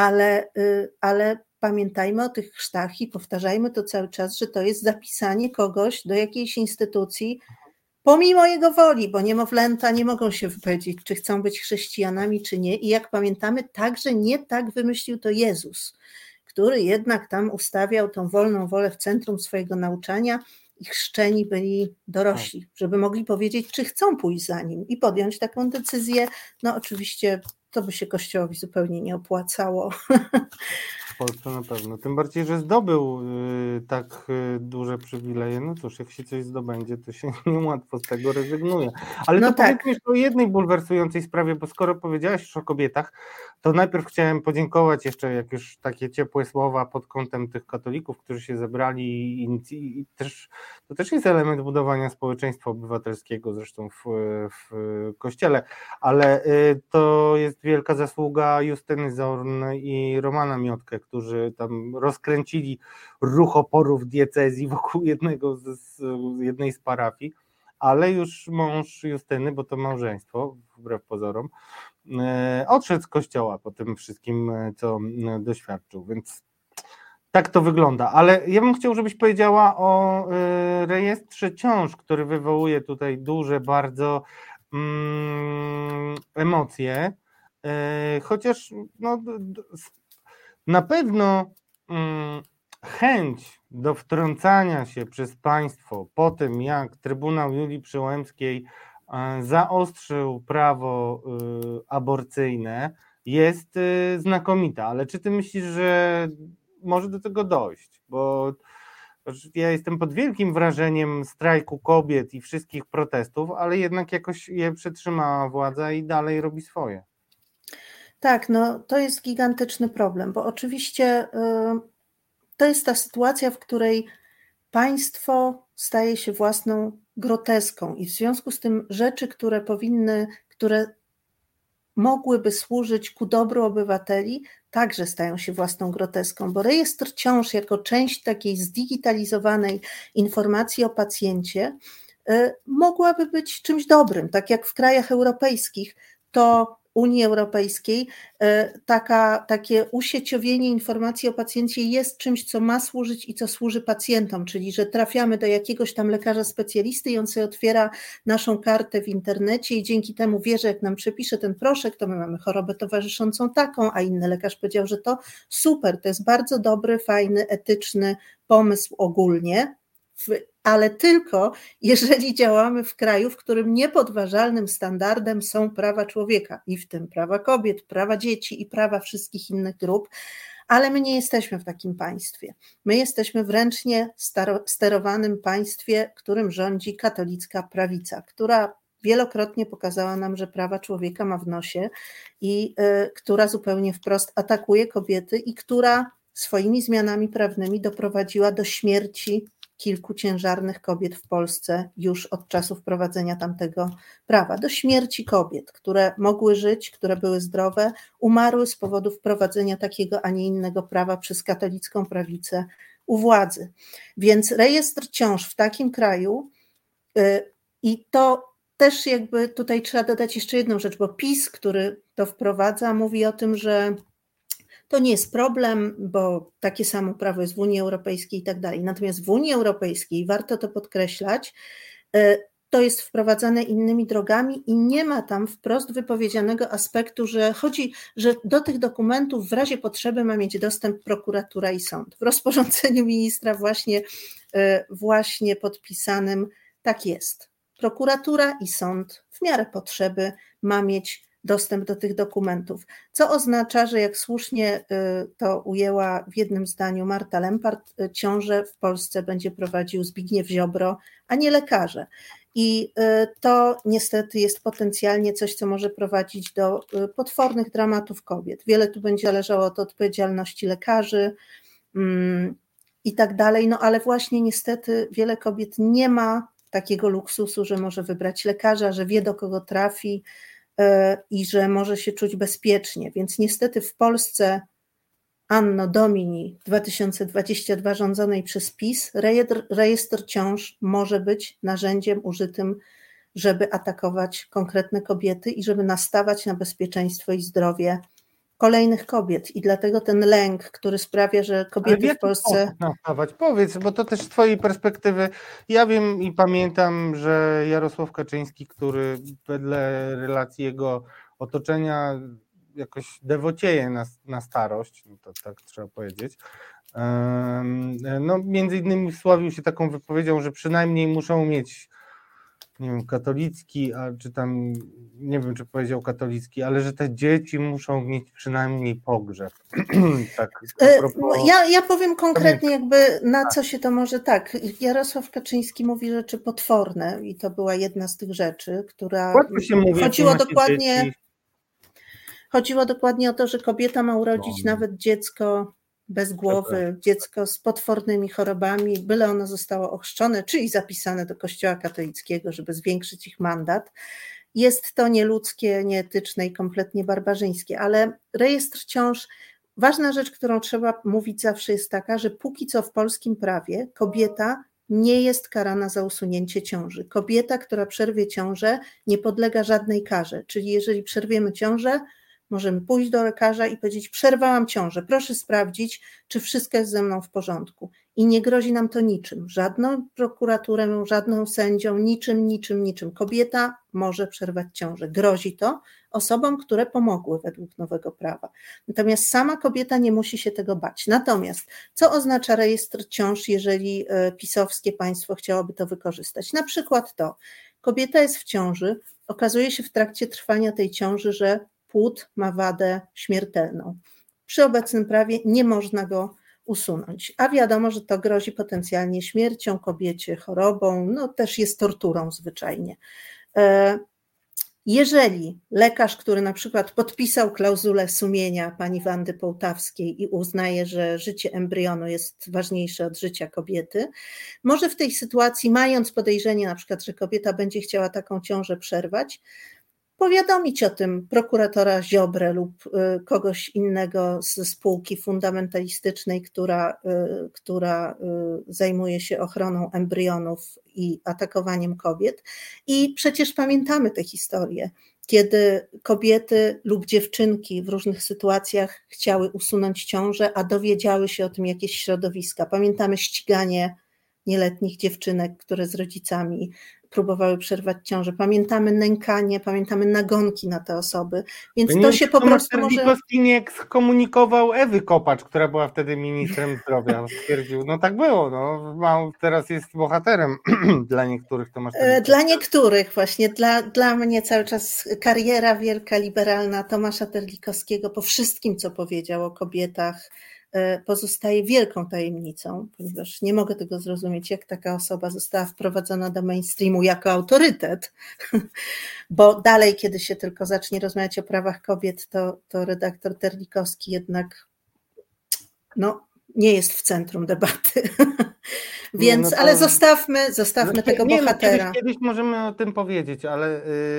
B: ale pamiętajmy o tych chrztach i powtarzajmy to cały czas, że to jest zapisanie kogoś do jakiejś instytucji pomimo jego woli, bo niemowlęta nie mogą się wypowiedzieć, czy chcą być chrześcijanami, czy nie. I jak pamiętamy, także nie tak wymyślił to Jezus, który jednak tam ustawiał tą wolną wolę w centrum swojego nauczania i chrzczeni byli dorośli, żeby mogli powiedzieć, czy chcą pójść za nim i podjąć taką decyzję. No oczywiście to by się Kościołowi zupełnie nie opłacało.
A: W Polsce na pewno. Tym bardziej, że zdobył tak duże przywileje. No cóż, jak się coś zdobędzie, to się niełatwo z tego rezygnuje. Ale
B: No
A: to
B: tak.
A: powiedzmy jeszcze o jednej bulwersującej sprawie, bo skoro powiedziałaś już o kobietach, to najpierw chciałem podziękować jeszcze, jak już takie ciepłe słowa pod kątem tych katolików, którzy się zebrali i też, to też jest element budowania społeczeństwa obywatelskiego, zresztą w Kościele, ale to jest wielka zasługa Justyny Zorn i Romana Miotkę, którzy tam rozkręcili ruch oporu w diecezji wokół jednej z parafii, ale już mąż Justyny, bo to małżeństwo, wbrew pozorom, odszedł z kościoła po tym wszystkim, co doświadczył, więc tak to wygląda. Ale ja bym chciał, żebyś powiedziała o rejestrze ciąż, który wywołuje tutaj duże bardzo emocje, chociaż no, na pewno chęć do wtrącania się przez państwo po tym, jak Trybunał Julii Przyłębskiej zaostrzył prawo aborcyjne, jest znakomita. Ale czy ty myślisz, że może do tego dojść? Bo ja jestem pod wielkim wrażeniem strajku kobiet i wszystkich protestów, ale jednak jakoś je przetrzymała władza i dalej robi swoje.
B: Tak, no to jest gigantyczny problem, bo oczywiście to jest ta sytuacja, w której państwo staje się własną groteską i w związku z tym rzeczy, które mogłyby służyć ku dobru obywateli, także stają się własną groteską, bo rejestr ciąż jako część takiej zdigitalizowanej informacji o pacjencie mogłaby być czymś dobrym, tak jak w krajach europejskich, to Unii Europejskiej takie usieciowienie informacji o pacjencie jest czymś, co ma służyć i co służy pacjentom, czyli że trafiamy do jakiegoś tam lekarza specjalisty i on sobie otwiera naszą kartę w internecie i dzięki temu wie, że jak nam przepisze ten proszek, to my mamy chorobę towarzyszącą taką, a inny lekarz powiedział, że to super, to jest bardzo dobry, fajny, etyczny pomysł ogólnie, ale tylko jeżeli działamy w kraju, w którym niepodważalnym standardem są prawa człowieka i w tym prawa kobiet, prawa dzieci i prawa wszystkich innych grup, ale my nie jesteśmy w takim państwie. My jesteśmy w ręcznie sterowanym państwie, którym rządzi katolicka prawica, która wielokrotnie pokazała nam, że prawa człowieka ma w nosie i która zupełnie wprost atakuje kobiety i która swoimi zmianami prawnymi doprowadziła do śmierci kilku ciężarnych kobiet w Polsce już od czasu wprowadzenia tamtego prawa. Do śmierci kobiet, które mogły żyć, które były zdrowe, umarły z powodu wprowadzenia takiego, a nie innego prawa przez katolicką prawicę u władzy. Więc rejestr ciąż w takim kraju i to też jakby tutaj trzeba dodać jeszcze jedną rzecz, bo PiS, który to wprowadza, mówi o tym, że to nie jest problem, bo takie samo prawo jest w Unii Europejskiej i tak dalej. Natomiast w Unii Europejskiej, warto to podkreślać, to jest wprowadzane innymi drogami i nie ma tam wprost wypowiedzianego aspektu, że do tych dokumentów w razie potrzeby ma mieć dostęp prokuratura i sąd. W rozporządzeniu ministra właśnie podpisanym tak jest. Prokuratura i sąd w miarę potrzeby ma mieć dostęp do tych dokumentów, co oznacza, że jak słusznie to ujęła w jednym zdaniu Marta Lempart, ciążę w Polsce będzie prowadził Zbigniew Ziobro, a nie lekarze. I to niestety jest potencjalnie coś, co może prowadzić do potwornych dramatów kobiet. Wiele tu będzie zależało od odpowiedzialności lekarzy i tak dalej, no ale właśnie niestety wiele kobiet nie ma takiego luksusu, że może wybrać lekarza, że wie, do kogo trafi i że może się czuć bezpiecznie. Więc niestety w Polsce Anno Domini 2022 rządzonej przez PiS rejestr ciąż może być narzędziem użytym, żeby atakować konkretne kobiety i żeby nastawać na bezpieczeństwo i zdrowie kolejnych kobiet. I dlatego ten lęk, który sprawia, że kobiety w Polsce...
A: nastawać? Powiedz, bo to też z twojej perspektywy, ja wiem i pamiętam, że Jarosław Kaczyński, który wedle relacji jego otoczenia jakoś dewocieje na starość, no to tak trzeba powiedzieć, no między innymi wsławił się taką wypowiedzią, że przynajmniej muszą mieć, nie wiem, katolicki, a czy tam, nie wiem, czy powiedział katolicki, ale że te dzieci muszą mieć przynajmniej pogrzeb. Tak,
B: ja powiem konkretnie jakby na co się to może tak. Jarosław Kaczyński mówi rzeczy potworne i to była jedna z tych rzeczy, która chodziło dokładnie o to, że kobieta ma urodzić nawet dziecko bez głowy, dziecko z potwornymi chorobami, byle ono zostało ochrzczone, czyli zapisane do Kościoła katolickiego, żeby zwiększyć ich mandat. Jest to nieludzkie, nieetyczne i kompletnie barbarzyńskie, ale rejestr ciąż, ważna rzecz, którą trzeba mówić zawsze jest taka, że póki co w polskim prawie kobieta nie jest karana za usunięcie ciąży. Kobieta, która przerwie ciążę, nie podlega żadnej karze, czyli jeżeli przerwiemy ciążę, możemy pójść do lekarza i powiedzieć: przerwałam ciążę, proszę sprawdzić, czy wszystko jest ze mną w porządku. I nie grozi nam to niczym, żadną prokuraturą, żadną sędzią, niczym. Kobieta może przerwać ciążę. Grozi to osobom, które pomogły według nowego prawa. Natomiast sama kobieta nie musi się tego bać. Natomiast co oznacza rejestr ciąż, jeżeli pisowskie państwo chciałoby to wykorzystać? Na przykład to, kobieta jest w ciąży, okazuje się w trakcie trwania tej ciąży, że płód ma wadę śmiertelną. Przy obecnym prawie nie można go usunąć, a wiadomo, że to grozi potencjalnie śmiercią kobiecie, chorobą, no też jest torturą zwyczajnie. Jeżeli lekarz, który na przykład podpisał klauzulę sumienia pani Wandy Połtawskiej i uznaje, że życie embrionu jest ważniejsze od życia kobiety, może w tej sytuacji, mając podejrzenie na przykład, że kobieta będzie chciała taką ciążę przerwać, powiadomić o tym prokuratora Ziobrę lub kogoś innego ze spółki fundamentalistycznej, która zajmuje się ochroną embrionów i atakowaniem kobiet. I przecież pamiętamy tę historię, kiedy kobiety lub dziewczynki w różnych sytuacjach chciały usunąć ciążę, a dowiedziały się o tym jakieś środowiska. Pamiętamy ściganie nieletnich dziewczynek, które z rodzicami próbowały przerwać ciążę. Pamiętamy nękanie, pamiętamy nagonki na te osoby, więc to się po prostu może...
A: Terlikowski nie skomunikował Ewy Kopacz, która była wtedy ministrem zdrowia. Stwierdził, no tak było, no, teraz jest bohaterem dla niektórych.
B: Dla niektórych właśnie, dla mnie cały czas kariera wielka, liberalna Tomasza Terlikowskiego po wszystkim, co powiedział o kobietach, pozostaje wielką tajemnicą, ponieważ nie mogę tego zrozumieć, jak taka osoba została wprowadzona do mainstreamu jako autorytet, bo dalej, kiedy się tylko zacznie rozmawiać o prawach kobiet, to redaktor Terlikowski jednak nie jest w centrum debaty. Więc, ale zostawmy tego bohatera.
A: Kiedyś możemy o tym powiedzieć, ale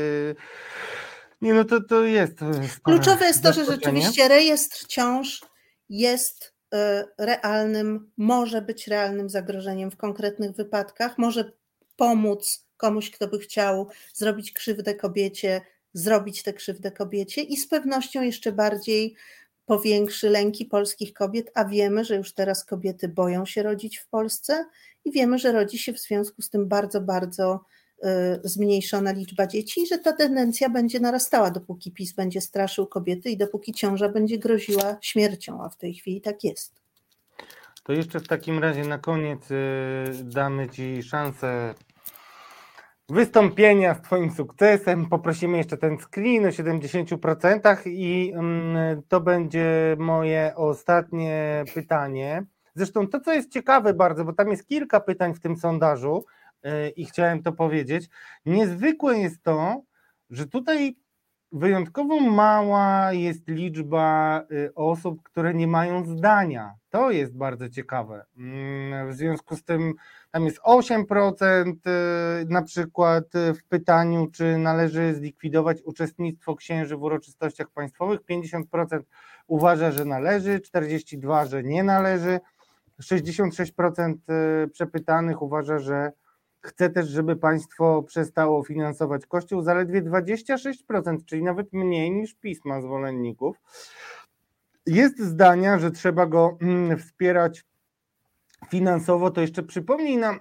A: to jest...
B: Kluczowe jest to, że rzeczywiście rejestr ciąż jest może być realnym zagrożeniem w konkretnych wypadkach, może pomóc komuś, kto by chciał zrobić tę krzywdę kobiecie i z pewnością jeszcze bardziej powiększy lęki polskich kobiet, a wiemy, że już teraz kobiety boją się rodzić w Polsce i wiemy, że rodzi się w związku z tym bardzo, bardzo zmniejszona liczba dzieci i że ta tendencja będzie narastała, dopóki PiS będzie straszył kobiety i dopóki ciąża będzie groziła śmiercią, a w tej chwili tak jest.
A: To jeszcze w takim razie na koniec damy Ci szansę wystąpienia z Twoim sukcesem. Poprosimy jeszcze ten screen o 70% i to będzie moje ostatnie pytanie. Zresztą to, co jest ciekawe bardzo, bo tam jest kilka pytań w tym sondażu i chciałem to powiedzieć. Niezwykłe jest to, że tutaj wyjątkowo mała jest liczba osób, które nie mają zdania. To jest bardzo ciekawe. W związku z tym tam jest 8% na przykład w pytaniu, czy należy zlikwidować uczestnictwo księży w uroczystościach państwowych. 50% uważa, że należy, 42% że nie należy, 66% przepytanych uważa, że chce też, żeby państwo przestało finansować Kościół, zaledwie 26%, czyli nawet mniej niż PiS ma zwolenników. Jest zdania, że trzeba go wspierać finansowo. To jeszcze przypomnij nam,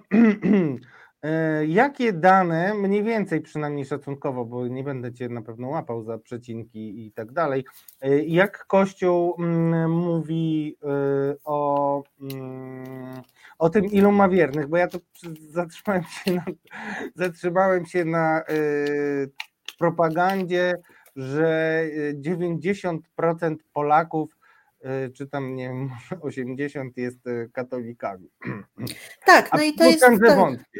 A: jakie dane, mniej więcej przynajmniej szacunkowo, bo nie będę Cię na pewno łapał za przecinki i tak dalej, jak Kościół mówi o tym, ilu ma wiernych, bo ja to zatrzymałem się na propagandzie, że 90% Polaków, czy tam nie wiem, 80% jest katolikami.
B: Tak, no i to jest...
A: że wątpię.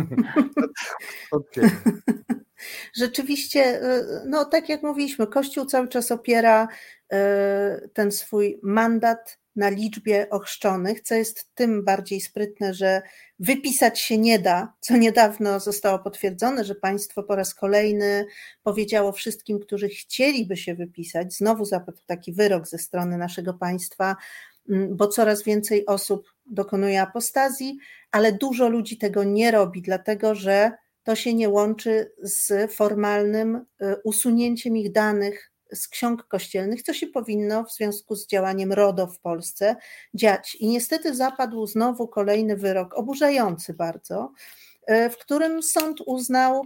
B: Rzeczywiście, no tak jak mówiliśmy, Kościół cały czas opiera ten swój mandat na liczbie ochrzczonych, co jest tym bardziej sprytne, że wypisać się nie da, co niedawno zostało potwierdzone, że państwo po raz kolejny powiedziało wszystkim, którzy chcieliby się wypisać, znowu zapadł taki wyrok ze strony naszego państwa, bo coraz więcej osób dokonuje apostazji, ale dużo ludzi tego nie robi, dlatego że to się nie łączy z formalnym usunięciem ich danych z ksiąg kościelnych, co się powinno w związku z działaniem RODO w Polsce dziać. I niestety zapadł znowu kolejny wyrok, oburzający bardzo, w którym sąd uznał,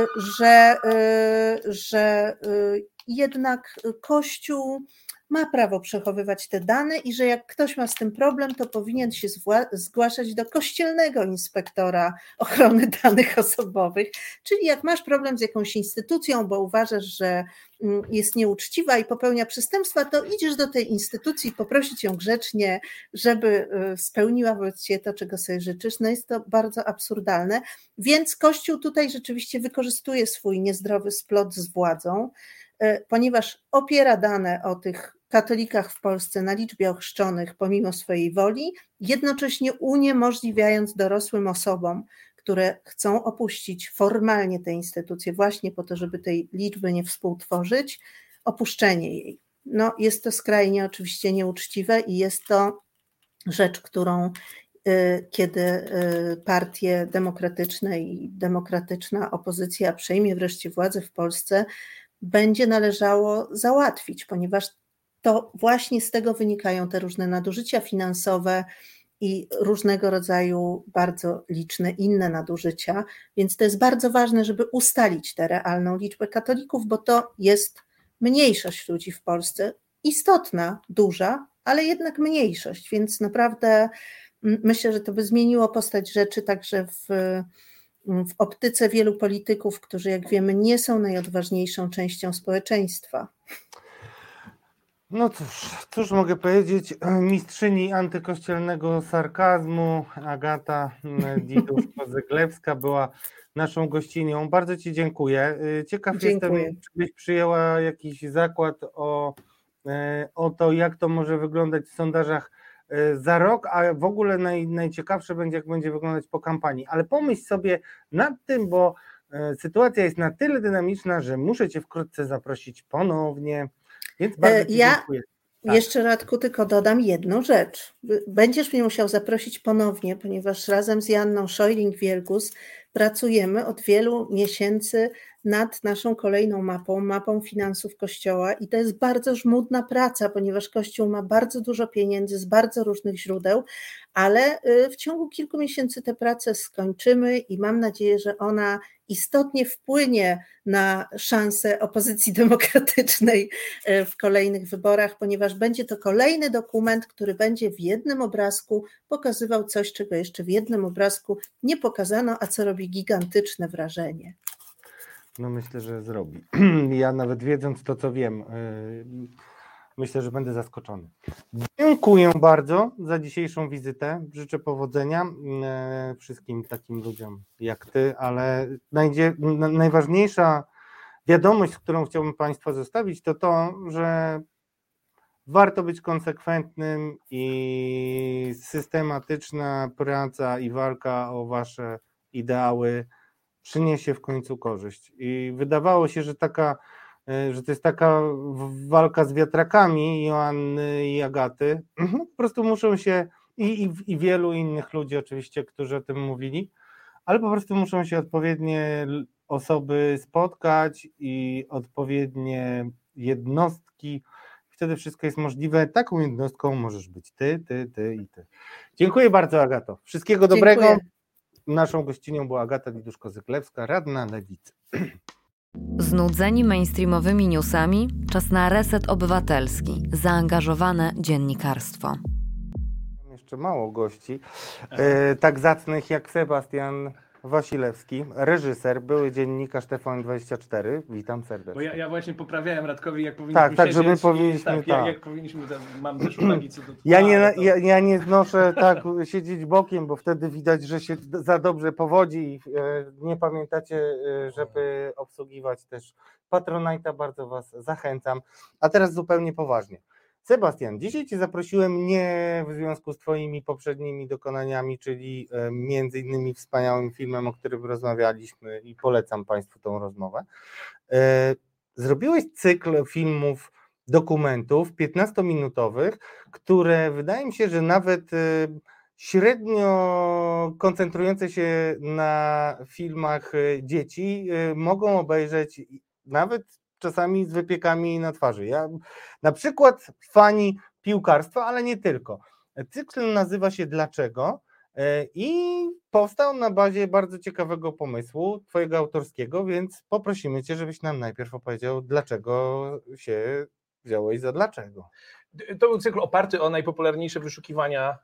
B: że jednak Kościół ma prawo przechowywać te dane i że jak ktoś ma z tym problem, to powinien się zgłaszać do kościelnego inspektora ochrony danych osobowych. Czyli jak masz problem z jakąś instytucją, bo uważasz, że jest nieuczciwa i popełnia przestępstwa, to idziesz do tej instytucji poprosić ją grzecznie, żeby spełniła wobec ciebie to, czego sobie życzysz. No jest to bardzo absurdalne, więc Kościół tutaj rzeczywiście wykorzystuje swój niezdrowy splot z władzą, ponieważ opiera dane o tych katolikach w Polsce na liczbie ochrzczonych pomimo swojej woli, jednocześnie uniemożliwiając dorosłym osobom, które chcą opuścić formalnie tę instytucję właśnie po to, żeby tej liczby nie współtworzyć, opuszczenie jej. No, jest to skrajnie oczywiście nieuczciwe i jest to rzecz, którą kiedy partie demokratyczne i demokratyczna opozycja przejmie wreszcie władzę w Polsce, będzie należało załatwić, ponieważ to właśnie z tego wynikają te różne nadużycia finansowe i różnego rodzaju bardzo liczne inne nadużycia, więc to jest bardzo ważne, żeby ustalić tę realną liczbę katolików, bo to jest mniejszość ludzi w Polsce, istotna, duża, ale jednak mniejszość, więc naprawdę myślę, że to by zmieniło postać rzeczy także w optyce wielu polityków, którzy, jak wiemy, nie są najodważniejszą częścią społeczeństwa.
A: No cóż mogę powiedzieć, mistrzyni antykościelnego sarkazmu Agata Diduszko-Zeglewska była naszą gościnią. Bardzo Ci dziękuję. Ciekaw jestem, czy byś przyjęła jakiś zakład o to, jak to może wyglądać w sondażach za rok, a w ogóle najciekawsze będzie, jak będzie wyglądać po kampanii. Ale pomyśl sobie nad tym, bo sytuacja jest na tyle dynamiczna, że muszę Cię wkrótce zaprosić ponownie. Więc bardzo Ci dziękuję.
B: Tak. Jeszcze, Radku, tylko dodam jedną rzecz. Będziesz mnie musiał zaprosić ponownie, ponieważ razem z Joanną Szojling-Wielgus pracujemy od wielu miesięcy nad naszą kolejną mapą finansów Kościoła i to jest bardzo żmudna praca, ponieważ Kościół ma bardzo dużo pieniędzy z bardzo różnych źródeł, ale w ciągu kilku miesięcy tę pracę skończymy i mam nadzieję, że ona istotnie wpłynie na szanse opozycji demokratycznej w kolejnych wyborach, ponieważ będzie to kolejny dokument, który będzie w jednym obrazku pokazywał coś, czego jeszcze w jednym obrazku nie pokazano, a co robi gigantyczne wrażenie.
A: No myślę, że zrobi. Ja nawet wiedząc to, co wiem, myślę, że będę zaskoczony. Dziękuję bardzo za dzisiejszą wizytę. Życzę powodzenia wszystkim takim ludziom jak ty, ale najważniejsza wiadomość, którą chciałbym Państwa zostawić, to to, że warto być konsekwentnym i systematyczna praca i walka o wasze ideały przyniesie w końcu korzyść. I wydawało się, że to jest taka walka z wiatrakami Joanny i Agaty. Po prostu muszą się i wielu innych ludzi oczywiście, którzy o tym mówili, ale po prostu muszą się odpowiednie osoby spotkać i odpowiednie jednostki. Wtedy wszystko jest możliwe. Taką jednostką możesz być ty i ty. Dziękuję bardzo, Agato. Wszystkiego dobrego.
B: Dziękuję.
A: Naszą gościnią była Agata Diduszko-Zyklewska, radna Lewicy.
C: Znudzeni mainstreamowymi newsami? Czas na reset obywatelski. Zaangażowane dziennikarstwo.
A: Mam jeszcze mało gości, tak zacnych jak Sebastian Wasilewski, reżyser, były dziennikarz TVN24. Witam serdecznie.
D: Bo ja właśnie poprawiałem Radkowi, jak powinniśmy
A: tak, że my
D: siedzieć
A: powinniśmy,
D: i, jak powinniśmy, mam też uwagi co do
A: Ja nie znoszę tak siedzieć bokiem, bo wtedy widać, że się za dobrze powodzi i nie pamiętacie, żeby obsługiwać też Patronite'a, bardzo was zachęcam. A teraz zupełnie poważnie. Sebastian, dzisiaj Cię zaprosiłem nie w związku z Twoimi poprzednimi dokonaniami, czyli między innymi wspaniałym filmem, o którym rozmawialiśmy i polecam Państwu tą rozmowę. Zrobiłeś cykl filmów, dokumentów 15-minutowych, które wydaje mi się, że nawet średnio koncentrujące się na filmach dzieci mogą obejrzeć nawet czasami z wypiekami na twarzy. Ja na przykład fani piłkarstwa, ale nie tylko. Cykl nazywa się Dlaczego i powstał na bazie bardzo ciekawego pomysłu twojego autorskiego, więc poprosimy cię, żebyś nam najpierw opowiedział, dlaczego się wziąłeś za dlaczego.
D: To był cykl oparty o najpopularniejsze wyszukiwania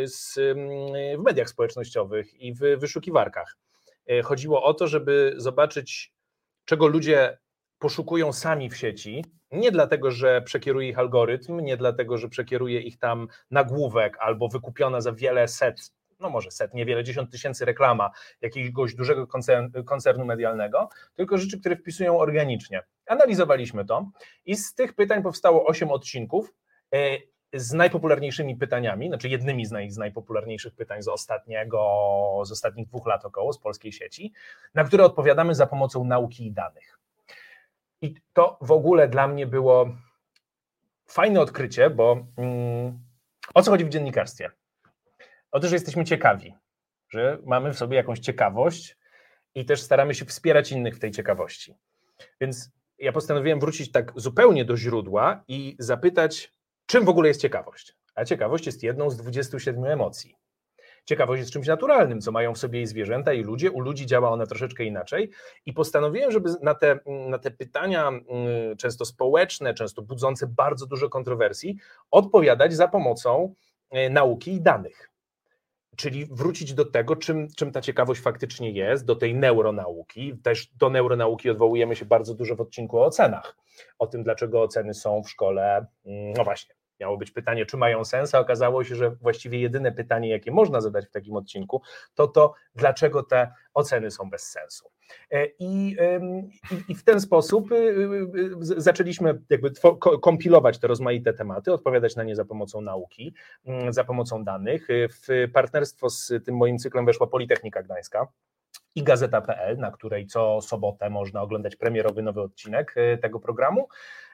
D: w mediach społecznościowych i w wyszukiwarkach. Chodziło o to, żeby zobaczyć, czego ludzie poszukują sami w sieci, nie dlatego, że przekieruje ich algorytm, nie dlatego, że przekieruje ich tam nagłówek albo wykupiona za wiele set, no może set, niewiele, 10 000 reklama jakiegoś dużego koncernu medialnego, tylko rzeczy, które wpisują organicznie. Analizowaliśmy to i z tych pytań powstało 8 odcinków z najpopularniejszymi pytaniami, znaczy jednymi z najpopularniejszych pytań z ostatnich 2 lat około, z polskiej sieci, na które odpowiadamy za pomocą nauki i danych. I to w ogóle dla mnie było fajne odkrycie, bo o co chodzi w dziennikarstwie? O to, że jesteśmy ciekawi, że mamy w sobie jakąś ciekawość i też staramy się wspierać innych w tej ciekawości. Więc ja postanowiłem wrócić tak zupełnie do źródła i zapytać, czym w ogóle jest ciekawość? A ciekawość jest jedną z 27 emocji. Ciekawość jest czymś naturalnym, co mają w sobie i zwierzęta, i ludzie. U ludzi działa ona troszeczkę inaczej i postanowiłem, żeby na te pytania często społeczne, często budzące bardzo dużo kontrowersji, odpowiadać za pomocą nauki i danych. Czyli wrócić do tego, czym ta ciekawość faktycznie jest, do tej neuronauki. Też do neuronauki odwołujemy się bardzo dużo w odcinku o ocenach. O tym, dlaczego oceny są w szkole, no właśnie. Miało być pytanie, czy mają sens, a okazało się, że właściwie jedyne pytanie, jakie można zadać w takim odcinku, to dlaczego te oceny są bez sensu. I w ten sposób zaczęliśmy jakby kompilować te rozmaite tematy, odpowiadać na nie za pomocą nauki, za pomocą danych. W partnerstwo z tym moim cyklem weszła Politechnika Gdańska i Gazeta.pl, na której co sobotę można oglądać premierowy nowy odcinek tego programu.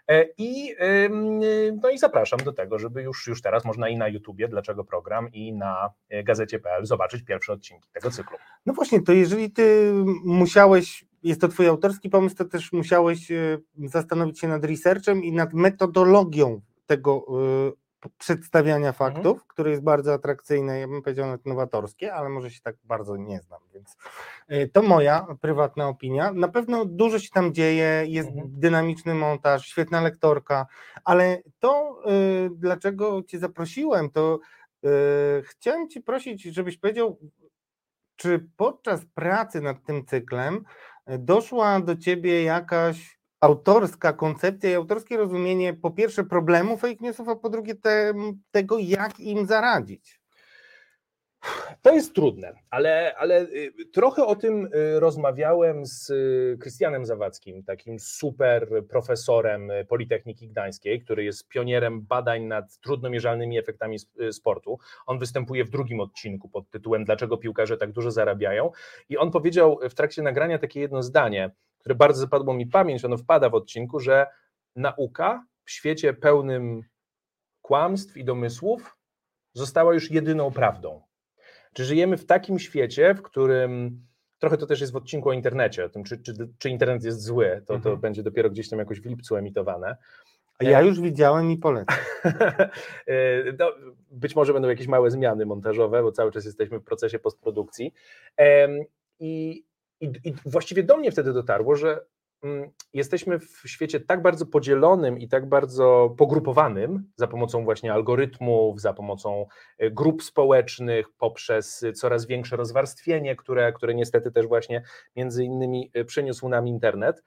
D: No i zapraszam do tego, żeby już teraz można i na YouTubie, Dlaczego Program, i na Gazecie.pl zobaczyć pierwsze odcinki tego cyklu.
A: No właśnie, to jeżeli ty musiałeś jest to twój autorski pomysł, to też musiałeś zastanowić się nad researchem i nad metodologią tego przedstawiania faktów, które jest bardzo atrakcyjne, ja bym powiedział nawet nowatorskie, ale może się tak bardzo nie znam, więc to moja prywatna opinia. Na pewno dużo się tam dzieje, jest dynamiczny montaż, świetna lektorka, ale to dlaczego cię zaprosiłem, to chciałem cię prosić, żebyś powiedział, czy podczas pracy nad tym cyklem doszła do ciebie jakaś autorska koncepcja i autorskie rozumienie po pierwsze problemu fake newsów, a po drugie tego, jak im zaradzić?
D: To jest trudne, ale trochę o tym rozmawiałem z Krystianem Zawadzkim, takim super profesorem Politechniki Gdańskiej, który jest pionierem badań nad trudno mierzalnymi efektami sportu. On występuje w drugim odcinku pod tytułem Dlaczego piłkarze tak dużo zarabiają? I on powiedział w trakcie nagrania takie jedno zdanie, które bardzo zapadło mi w pamięć, ono wpada w odcinku, że nauka w świecie pełnym kłamstw i domysłów została już jedyną prawdą. Czy żyjemy w takim świecie, w którym, trochę to też jest w odcinku o internecie, o tym, czy internet jest zły, to będzie dopiero gdzieś tam jakoś w lipcu emitowane.
A: Ja już widziałem i polecam.
D: No, być może będą jakieś małe zmiany montażowe, bo cały czas jesteśmy w procesie postprodukcji. I właściwie do mnie wtedy dotarło, że jesteśmy w świecie tak bardzo podzielonym i tak bardzo pogrupowanym za pomocą właśnie algorytmów, za pomocą grup społecznych, poprzez coraz większe rozwarstwienie, które niestety też właśnie między innymi przyniósł nam internet,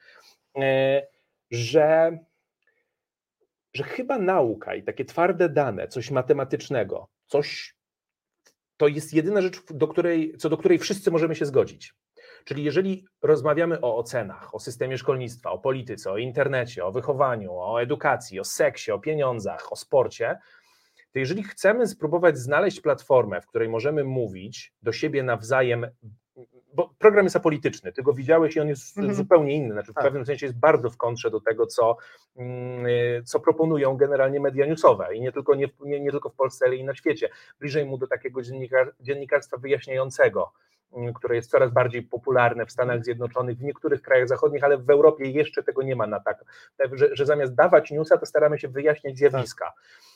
D: że chyba nauka i takie twarde dane, coś matematycznego, to jest jedyna rzecz, co do której wszyscy możemy się zgodzić. Czyli jeżeli rozmawiamy o ocenach, o systemie szkolnictwa, o polityce, o internecie, o wychowaniu, o edukacji, o seksie, o pieniądzach, o sporcie, to jeżeli chcemy spróbować znaleźć platformę, w której możemy mówić do siebie nawzajem, bo program jest apolityczny, ty go widziałeś i on jest zupełnie inny, znaczy w pewnym sensie jest bardzo w kontrze do tego, co proponują generalnie media newsowe i nie tylko w Polsce, ale i na świecie. Bliżej mu do takiego dziennikarstwa wyjaśniającego, które jest coraz bardziej popularne w Stanach Zjednoczonych, w niektórych krajach zachodnich, ale w Europie jeszcze tego nie ma na tak, że zamiast dawać newsa, to staramy się wyjaśniać zjawiska.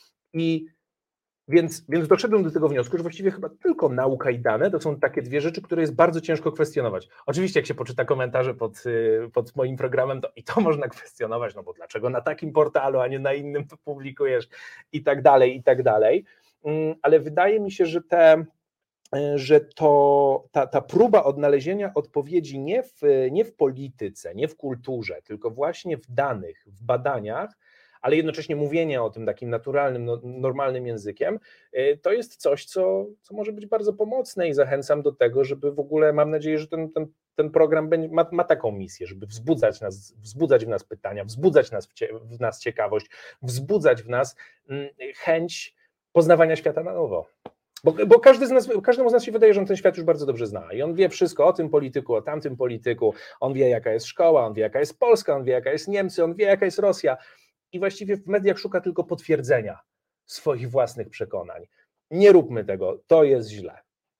D: Więc doszedłem do tego wniosku, że właściwie chyba tylko nauka i dane to są takie dwie rzeczy, które jest bardzo ciężko kwestionować. Oczywiście jak się poczyta komentarze pod moim programem, to i to można kwestionować, no bo dlaczego na takim portalu, a nie na innym to publikujesz i tak dalej, ale wydaje mi się, że ta próba odnalezienia odpowiedzi nie w polityce, nie w kulturze, tylko właśnie w danych, w badaniach, ale jednocześnie mówienie o tym takim naturalnym, normalnym językiem, to jest coś, co może być bardzo pomocne i zachęcam do tego, żeby w ogóle, mam nadzieję, że ten program ma taką misję, żeby wzbudzać w nas pytania, wzbudzać w nas ciekawość, wzbudzać w nas chęć poznawania świata na nowo. Bo każdemu z nas się wydaje, że on ten świat już bardzo dobrze zna i on wie wszystko o tym polityku, o tamtym polityku, on wie jaka jest szkoła, on wie jaka jest Polska, on wie jaka jest Niemcy, on wie jaka jest Rosja i właściwie w mediach szuka tylko potwierdzenia swoich własnych przekonań. Nie róbmy tego, to jest źle.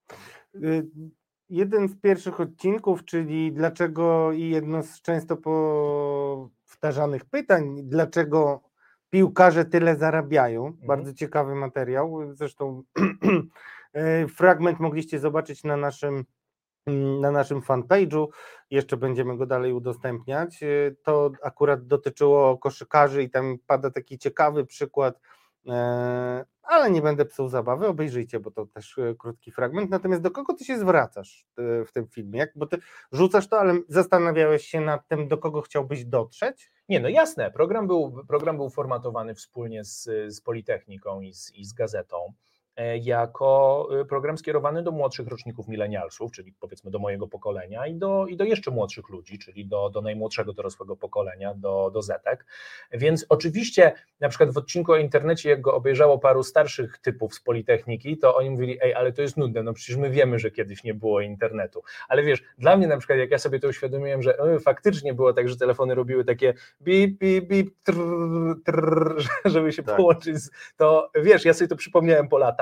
A: Jeden z pierwszych odcinków, czyli dlaczego i jedno z często powtarzanych pytań, dlaczego piłkarze tyle zarabiają. Bardzo ciekawy materiał. Zresztą fragment mogliście zobaczyć na naszym fanpage'u. Jeszcze będziemy go dalej udostępniać. To akurat dotyczyło koszykarzy i tam pada taki ciekawy przykład, ale nie będę psuł zabawy. Obejrzyjcie, bo to też krótki fragment. Natomiast do kogo ty się zwracasz w tym filmie? Bo ty rzucasz to, ale zastanawiałeś się nad tym, do kogo chciałbyś dotrzeć?
D: Nie, no jasne, program był formatowany wspólnie z Politechniką i z gazetą jako program skierowany do młodszych roczników milenialsów, czyli powiedzmy do mojego pokolenia i do jeszcze młodszych ludzi, czyli do najmłodszego dorosłego pokolenia, do Zetek. Więc oczywiście na przykład w odcinku o internecie, jak go obejrzało paru starszych typów z Politechniki, to oni mówili, ale to jest nudne, no przecież my wiemy, że kiedyś nie było internetu. Ale wiesz, dla mnie na przykład, jak ja sobie to uświadomiłem, że faktycznie było tak, że telefony robiły takie bip, bip, bip, trrr, trrr, żeby się połączyć, to wiesz, ja sobie to przypomniałem po latach,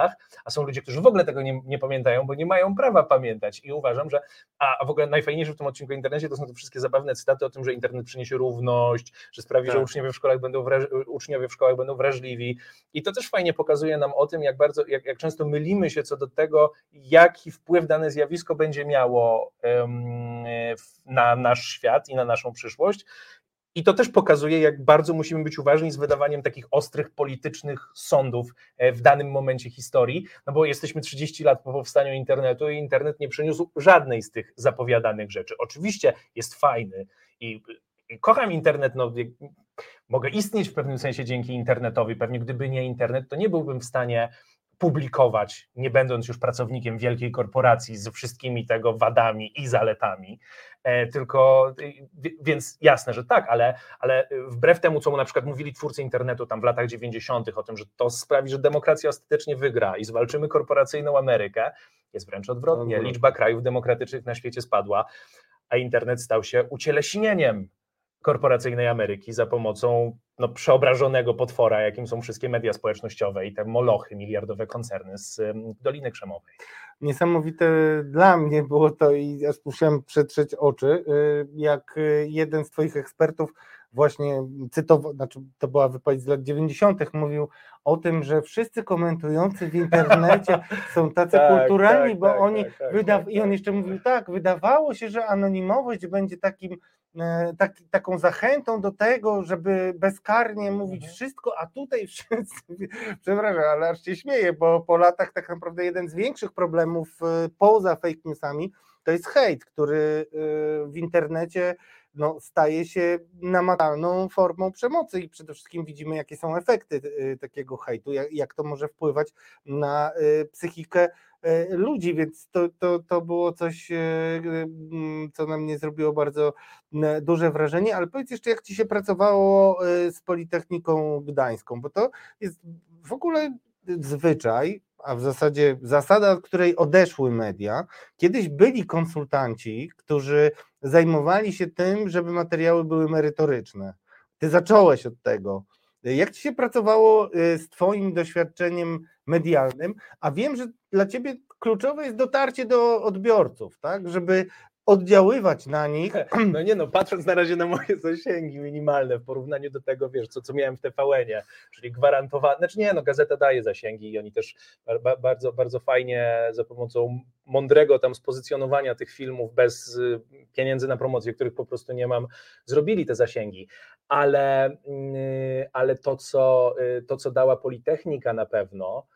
D: latach, a są ludzie, którzy w ogóle tego nie pamiętają, bo nie mają prawa pamiętać i uważam, że a w ogóle najfajniejsze w tym odcinku o internecie to są te wszystkie zabawne cytaty o tym, że internet przyniesie równość, że sprawi, że uczniowie w szkołach będą wrażliwi i to też fajnie pokazuje nam o tym, jak często mylimy się co do tego, jaki wpływ dane zjawisko będzie miało na nasz świat i na naszą przyszłość. I to też pokazuje, jak bardzo musimy być uważni z wydawaniem takich ostrych politycznych sądów w danym momencie historii, no bo jesteśmy 30 lat po powstaniu internetu i internet nie przyniósł żadnej z tych zapowiadanych rzeczy. Oczywiście jest fajny i kocham internet, no, mogę istnieć w pewnym sensie dzięki internetowi, pewnie gdyby nie internet, to nie byłbym w stanie publikować, nie będąc już pracownikiem wielkiej korporacji ze wszystkimi tego wadami i zaletami, więc jasne, że tak, ale wbrew temu, co mu na przykład mówili twórcy internetu tam w latach 90. o tym, że to sprawi, że demokracja ostatecznie wygra i zwalczymy korporacyjną Amerykę, jest wręcz odwrotnie. Liczba krajów demokratycznych na świecie spadła, a internet stał się ucieleśnieniem korporacyjnej Ameryki za pomocą przeobrażonego potwora, jakim są wszystkie media społecznościowe i te molochy, miliardowe koncerny z Doliny Krzemowej.
A: Niesamowite dla mnie było to i aż musiałem przetrzeć oczy, jak jeden z twoich ekspertów właśnie cytował, znaczy to była wypowiedź z lat 90., mówił o tym, że wszyscy komentujący w internecie są tacy kulturalni, bo oni i on jeszcze mówił tak, wydawało się, że anonimowość będzie taką zachętą do tego, żeby bezkarnie mówić wszystko, a tutaj wszyscy, przepraszam, ale aż się śmieję, bo po latach tak naprawdę jeden z większych problemów poza fake newsami to jest hejt, który w internecie staje się namacalną formą przemocy i przede wszystkim widzimy, jakie są efekty takiego hejtu, jak to może wpływać na psychikę ludzi, więc to było coś, co na mnie zrobiło bardzo duże wrażenie, ale powiedz jeszcze, jak ci się pracowało z Politechniką Gdańską, bo to jest w ogóle zwyczaj, a w zasadzie zasada, od której odeszły media. Kiedyś byli konsultanci, którzy zajmowali się tym, żeby materiały były merytoryczne. Ty zacząłeś od tego. Jak ci się pracowało z twoim doświadczeniem medialnym? A wiem, że dla ciebie kluczowe jest dotarcie do odbiorców, tak? Żeby oddziaływać na nich.
D: Patrząc na razie na moje zasięgi minimalne w porównaniu do tego, co miałem w TVN-ie, czyli gwarantowane, gazeta daje zasięgi i oni też bardzo, bardzo fajnie za pomocą mądrego tam spozycjonowania tych filmów bez pieniędzy na promocję, których po prostu nie mam, zrobili te zasięgi, ale to, co dała Politechnika na pewno,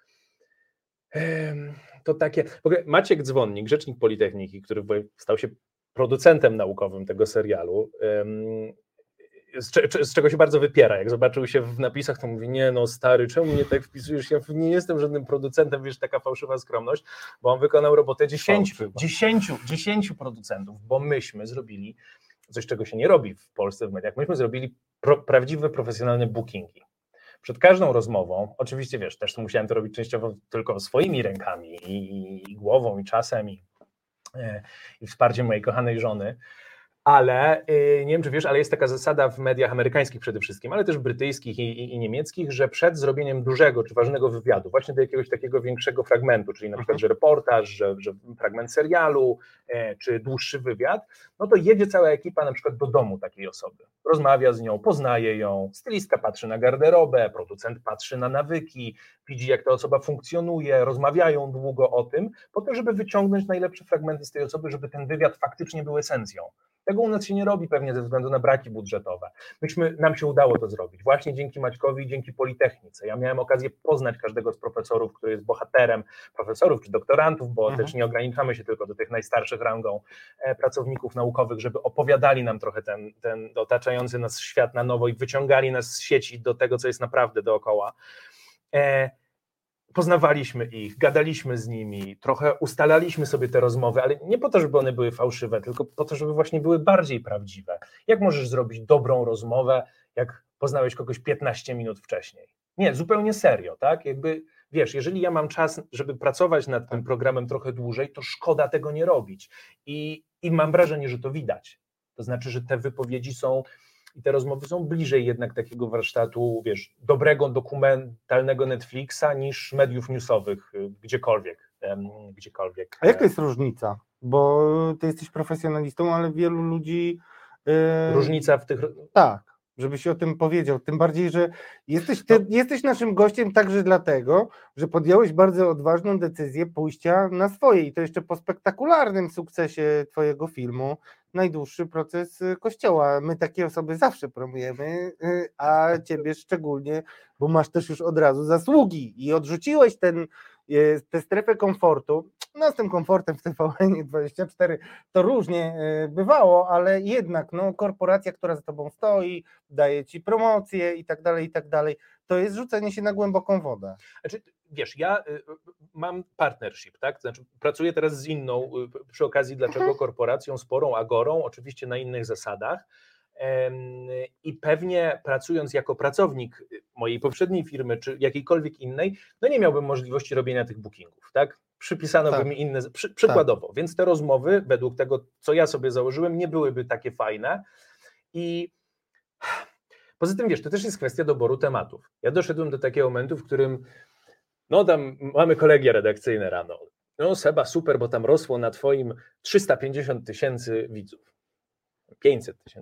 D: to takie, w ogóle Maciek Dzwonnik, rzecznik Politechniki, który stał się producentem naukowym tego serialu, z czego się bardzo wypiera, jak zobaczył się w napisach, to mówi, stary, czemu mnie tak wpisujesz, ja nie jestem żadnym producentem, wiesz, taka fałszywa skromność, bo on wykonał robotę 10 producentów, bo myśmy zrobili coś, czego się nie robi w Polsce w mediach, myśmy zrobili prawdziwe, profesjonalne bookingi. Przed każdą rozmową, oczywiście wiesz, też musiałem to robić częściowo tylko swoimi rękami i głową, i czasem, i wsparciem mojej kochanej żony, ale nie wiem, czy wiesz, ale jest taka zasada w mediach amerykańskich przede wszystkim, ale też brytyjskich i niemieckich, że przed zrobieniem dużego czy ważnego wywiadu, właśnie do jakiegoś takiego większego fragmentu, czyli na przykład, że reportaż, że fragment serialu, czy dłuższy wywiad, to jedzie cała ekipa na przykład do domu takiej osoby. Rozmawia z nią, poznaje ją, stylistka patrzy na garderobę, producent patrzy na nawyki, widzi, jak ta osoba funkcjonuje, rozmawiają długo o tym, po to, żeby wyciągnąć najlepsze fragmenty z tej osoby, żeby ten wywiad faktycznie był esencją. Tego u nas się nie robi pewnie ze względu na braki budżetowe. Nam się udało to zrobić właśnie dzięki Maćkowi i dzięki Politechnice. Ja miałem okazję poznać każdego z profesorów, który jest bohaterem, profesorów czy doktorantów, bo też nie ograniczamy się tylko do tych najstarszych rangą pracowników naukowych, żeby opowiadali nam trochę ten otaczający nas świat na nowo i wyciągali nas z sieci do tego, co jest naprawdę dookoła. Poznawaliśmy ich, gadaliśmy z nimi, trochę ustalaliśmy sobie te rozmowy, ale nie po to, żeby one były fałszywe, tylko po to, żeby właśnie były bardziej prawdziwe. Jak możesz zrobić dobrą rozmowę, jak poznałeś kogoś 15 minut wcześniej? Nie, zupełnie serio, tak? Wiesz, jeżeli ja mam czas, żeby pracować nad tym programem trochę dłużej, to szkoda tego nie robić. I mam wrażenie, że to widać. To znaczy, że te wypowiedzi są i te rozmowy są bliżej jednak takiego warsztatu, wiesz, dobrego dokumentalnego Netflixa niż mediów newsowych gdziekolwiek.
A: A jaka jest różnica? Bo ty jesteś profesjonalistą, ale wielu ludzi...
D: Różnica w tych...
A: Tak, żebyś o tym powiedział. Tym bardziej, że jesteś naszym gościem także dlatego, że podjąłeś bardzo odważną decyzję pójścia na swoje i to jeszcze po spektakularnym sukcesie twojego filmu Najdłuższy proces Kościoła. My takie osoby zawsze promujemy, a ciebie szczególnie, bo masz też już od razu zasługi i odrzuciłeś tę strefę komfortu. No z tym komfortem w TVN24 to różnie bywało, ale jednak korporacja, która za tobą stoi, daje ci promocję i tak dalej, to jest rzucenie się na głęboką wodę.
D: Znaczy, wiesz, ja mam partnership, tak? Znaczy, pracuję teraz z inną, przy okazji dlaczego korporacją, sporą Agorą, oczywiście na innych zasadach. I pewnie pracując jako pracownik mojej poprzedniej firmy, czy jakiejkolwiek innej, no nie miałbym możliwości robienia tych bookingów, tak? Przypisano by mi inne, przykładowo, więc te rozmowy, według tego, co ja sobie założyłem, nie byłyby takie fajne i poza tym, wiesz, to też jest kwestia doboru tematów. Ja doszedłem do takiego momentu, w którym tam mamy kolegia redakcyjne rano, Seba, super, bo tam rosło na twoim 350 000 widzów, 500 000.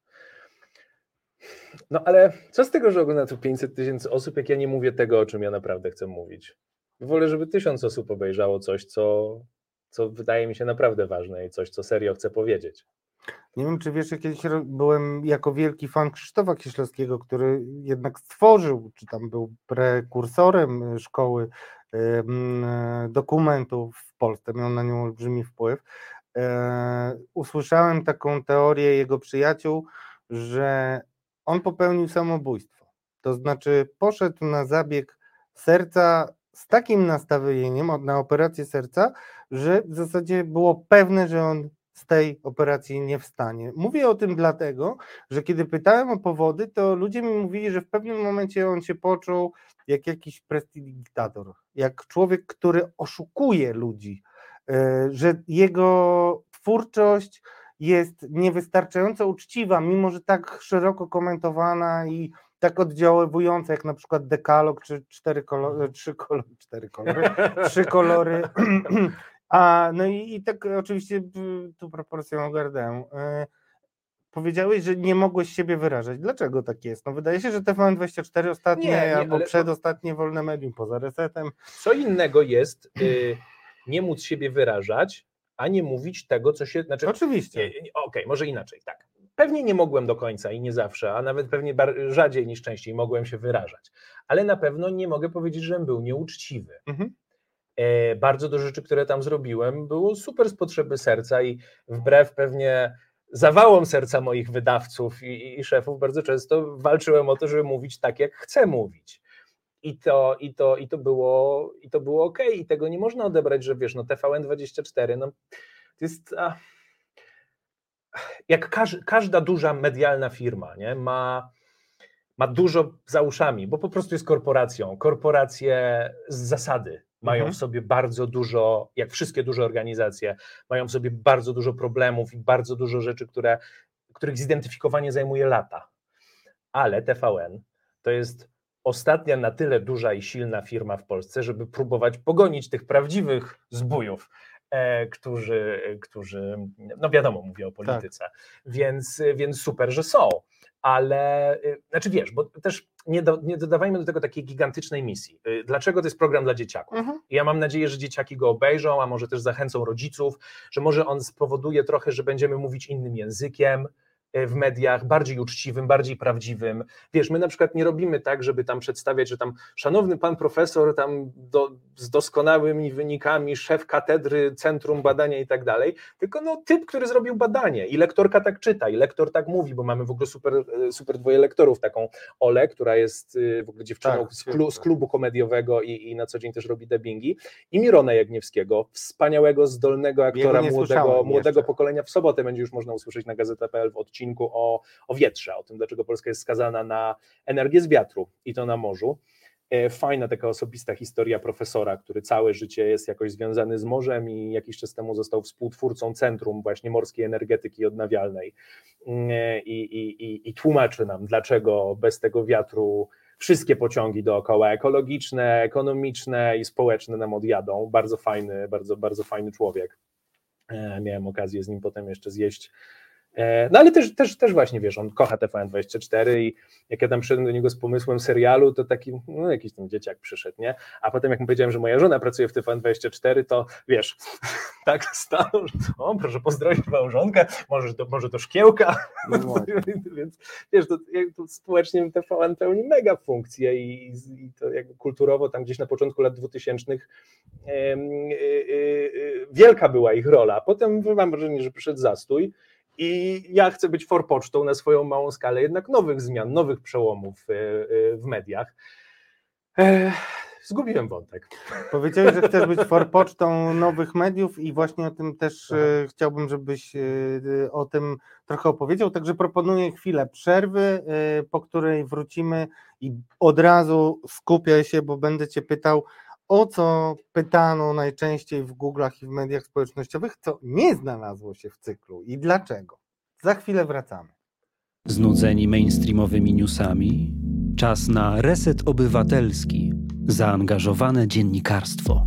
D: No ale co z tego, że ogląda tu 500 000 osób, jak ja nie mówię tego, o czym ja naprawdę chcę mówić? Wolę, żeby 1000 osób obejrzało coś, co wydaje mi się naprawdę ważne i coś, co serio chcę powiedzieć.
A: Nie wiem, czy wiesz, że kiedyś byłem jako wielki fan Krzysztofa Kieślowskiego, który jednak stworzył, czy tam był prekursorem szkoły dokumentów w Polsce, miał na nią olbrzymi wpływ. Usłyszałem taką teorię jego przyjaciół, że on popełnił samobójstwo. To znaczy poszedł na zabieg serca z takim nastawieniem na operację serca, że w zasadzie było pewne, że on z tej operacji nie wstanie. Mówię o tym dlatego, że kiedy pytałem o powody, to ludzie mi mówili, że w pewnym momencie on się poczuł jak jakiś prestidigitator, jak człowiek, który oszukuje ludzi, że jego twórczość jest niewystarczająco uczciwa, mimo że tak szeroko komentowana i tak oddziaływująca, jak na przykład Dekalog, czy trzy kolory. I tak oczywiście tu proporcją ogarnę. Powiedziałeś, że nie mogłeś siebie wyrażać. Dlaczego tak jest? Wydaje się, że TVN24 ostatnie albo przedostatnie wolne medium poza Resetem.
D: Co innego jest nie móc siebie wyrażać, a nie mówić tego, co się... Znaczy,
A: oczywiście.
D: Okej, może inaczej, tak. Pewnie nie mogłem do końca i nie zawsze, a nawet pewnie rzadziej niż częściej mogłem się wyrażać, ale na pewno nie mogę powiedzieć, żebym był nieuczciwy. Bardzo dużo rzeczy, które tam zrobiłem, było super z potrzeby serca i wbrew pewnie zawałom serca moich wydawców i szefów bardzo często walczyłem o to, żeby mówić tak, jak chcę mówić. I to było okej. I tego nie można odebrać, że wiesz, TVN24, to jest jak każda duża medialna firma, nie? Ma dużo za uszami, bo po prostu jest korporacją. Korporacje z zasady mają w sobie bardzo dużo, jak wszystkie duże organizacje, mają w sobie bardzo dużo problemów i bardzo dużo rzeczy, których zidentyfikowanie zajmuje lata. Ale TVN to jest ostatnia na tyle duża i silna firma w Polsce, żeby próbować pogonić tych prawdziwych zbójów, którzy wiadomo, mówię o polityce, tak. Więc super, że są. Ale, znaczy wiesz, bo też nie dodawajmy do tego takiej gigantycznej misji. Dlaczego to jest program dla dzieciaków? Ja mam nadzieję, że dzieciaki go obejrzą, a może też zachęcą rodziców, że może on spowoduje trochę, że będziemy mówić innym językiem w mediach, bardziej uczciwym, bardziej prawdziwym. Wiesz, my na przykład nie robimy tak, żeby tam przedstawiać, że tam szanowny pan profesor tam z doskonałymi wynikami, szef katedry, centrum badania i tak dalej, tylko typ, który zrobił badanie i lektorka tak czyta i lektor tak mówi, bo mamy w ogóle super dwoje lektorów, taką Olę, która jest w ogóle dziewczyną z klubu komediowego i na co dzień też robi dubbingi, i Mirona Jagniewskiego, wspaniałego, zdolnego aktora, młodego pokolenia. W sobotę będzie już można usłyszeć na Gazeta.pl w odcinku o wietrze, o tym, dlaczego Polska jest skazana na energię z wiatru i to na morzu. Fajna taka osobista historia profesora, który całe życie jest jakoś związany z morzem i jakiś czas temu został współtwórcą Centrum właśnie Morskiej Energetyki Odnawialnej i tłumaczy nam, dlaczego bez tego wiatru wszystkie pociągi dookoła ekologiczne, ekonomiczne i społeczne nam odjadą. Bardzo fajny, bardzo fajny człowiek. Miałem okazję z nim potem jeszcze zjeść. No ale też właśnie, wiesz, on kocha TVN24 i jak ja tam przyszedłem do niego z pomysłem serialu, to taki, no jakiś tam dzieciak przyszedł, nie? A potem jak mu powiedziałem, że moja żona pracuje w TVN24, to wiesz, tak stanął, że o, proszę pozdrowić małżonkę, może to szkiełka, no więc wiesz, to społecznie TVN pełni mega funkcję i to jakby kulturowo tam gdzieś na początku lat 2000 wielka była ich rola, potem mam wrażenie, że przyszedł zastój. I ja chcę być forpocztą na swoją małą skalę jednak nowych zmian, nowych przełomów w mediach. Zgubiłem wątek.
A: Powiedziałeś, że chcesz być forpocztą nowych mediów i właśnie o tym też chciałbym, żebyś o tym trochę opowiedział, także proponuję chwilę przerwy, po której wrócimy i od razu skupiaj się, bo będę cię pytał, o co pytano najczęściej w Google'ach i w mediach społecznościowych, co nie znalazło się w cyklu i dlaczego. Za chwilę wracamy.
E: Znudzeni mainstreamowymi newsami? Czas na reset obywatelski. Zaangażowane dziennikarstwo.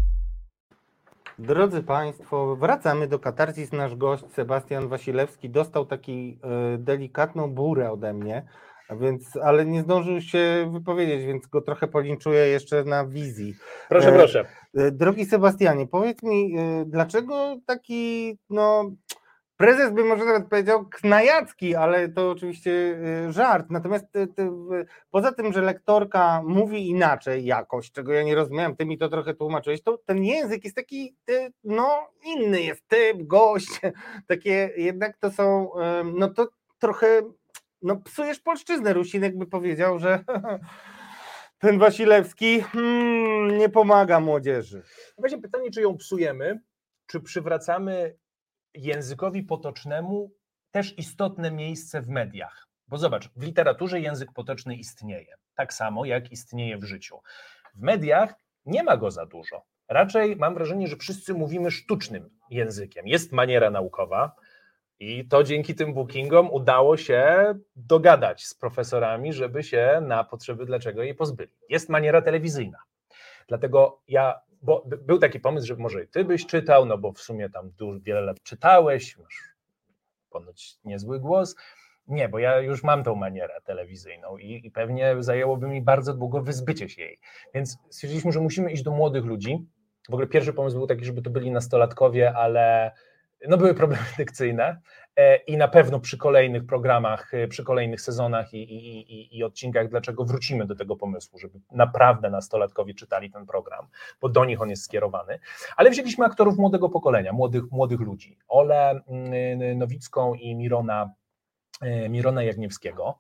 A: Drodzy Państwo, wracamy do Katarzys. Nasz gość Sebastian Wasilewski dostał taki delikatną burę ode mnie, ale nie zdążył się wypowiedzieć, więc go trochę polinczuję jeszcze na wizji.
D: Proszę.
A: Drogi Sebastianie, powiedz mi, dlaczego taki, prezes by może nawet powiedział knajacki, ale to oczywiście żart, natomiast poza tym, że lektorka mówi inaczej jakoś, czego ja nie rozumiałem, ty mi to trochę tłumaczyłeś, to ten język jest taki, inny jest typ, gość, takie jednak to są, to trochę, psujesz polszczyznę. Rusinek by powiedział, że ten Wasilewski nie pomaga młodzieży.
D: Właśnie pytanie, czy ją psujemy, czy przywracamy językowi potocznemu też istotne miejsce w mediach. Bo zobacz, w literaturze język potoczny istnieje, tak samo jak istnieje w życiu. W mediach nie ma go za dużo. Raczej mam wrażenie, że wszyscy mówimy sztucznym językiem. Jest maniera naukowa i to dzięki tym bookingom udało się dogadać z profesorami, żeby się na potrzeby dlaczego jej pozbyli. Jest maniera telewizyjna. Dlatego bo był taki pomysł, że może i ty byś czytał, bo w sumie tam wiele lat czytałeś, masz ponoć niezły głos. Nie, bo ja już mam tą manierę telewizyjną i pewnie zajęłoby mi bardzo długo wyzbycie się jej. Więc stwierdziliśmy, że musimy iść do młodych ludzi. W ogóle pierwszy pomysł był taki, żeby to byli nastolatkowie, ale były problemy dykcyjne i na pewno przy kolejnych programach, przy kolejnych sezonach i odcinkach, dlaczego wrócimy do tego pomysłu, żeby naprawdę nastolatkowie czytali ten program, bo do nich on jest skierowany. Ale wzięliśmy aktorów młodego pokolenia, młodych ludzi, Olę Nowicką i Mirona Jagniewskiego.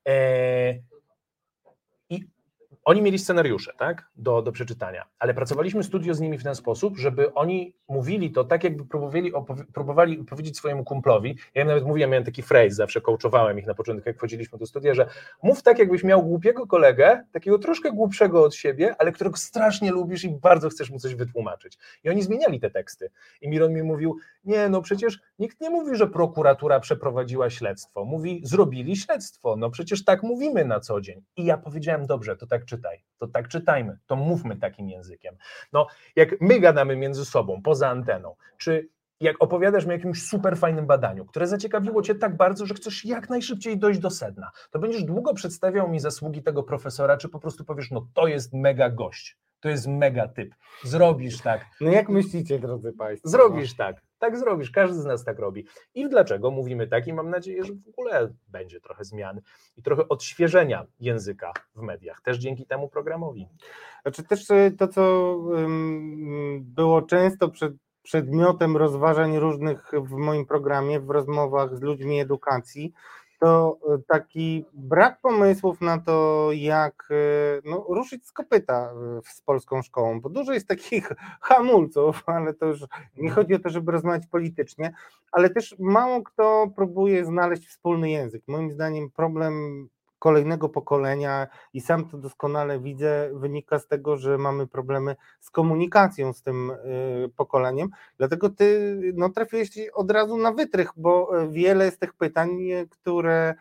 D: I oni mieli scenariusze, tak, do przeczytania, ale pracowaliśmy studio z nimi w ten sposób, żeby oni mówili to tak, jakby próbowali powiedzieć swojemu kumplowi. Ja im nawet mówiłem, miałem taki phrase, zawsze coachowałem ich na początku, jak wchodziliśmy do studia, że mów tak, jakbyś miał głupiego kolegę, takiego troszkę głupszego od siebie, ale którego strasznie lubisz i bardzo chcesz mu coś wytłumaczyć. I oni zmieniali te teksty. I Miron mi mówił, przecież nikt nie mówi, że prokuratura przeprowadziła śledztwo. Mówi, zrobili śledztwo, przecież tak mówimy na co dzień. I ja powiedziałem, dobrze, to tak czytajmy, to mówmy takim językiem. Jak my gadamy między sobą, poza anteną, czy jak opowiadasz mi o jakimś super fajnym badaniu, które zaciekawiło cię tak bardzo, że chcesz jak najszybciej dojść do sedna, to będziesz długo przedstawiał mi zasługi tego profesora, czy po prostu powiesz, to jest mega gość, to jest mega typ, zrobisz tak.
A: Jak myślicie, drodzy Państwo?
D: Zrobisz tak zrobisz, każdy z nas tak robi. I dlaczego mówimy tak i mam nadzieję, że w ogóle będzie trochę zmian i trochę odświeżenia języka w mediach, też dzięki temu programowi.
A: Znaczy też to, co było często przedmiotem rozważań różnych w moim programie, w rozmowach z ludźmi edukacji, to taki brak pomysłów na to, jak ruszyć z kopyta z polską szkołą, bo dużo jest takich hamulców, ale to już nie chodzi o to, żeby rozmawiać politycznie, ale też mało kto próbuje znaleźć wspólny język. Moim zdaniem problem kolejnego pokolenia i sam to doskonale widzę, wynika z tego, że mamy problemy z komunikacją z tym pokoleniem, dlatego ty trafiłeś od razu na wytrych, bo wiele z tych pytań, które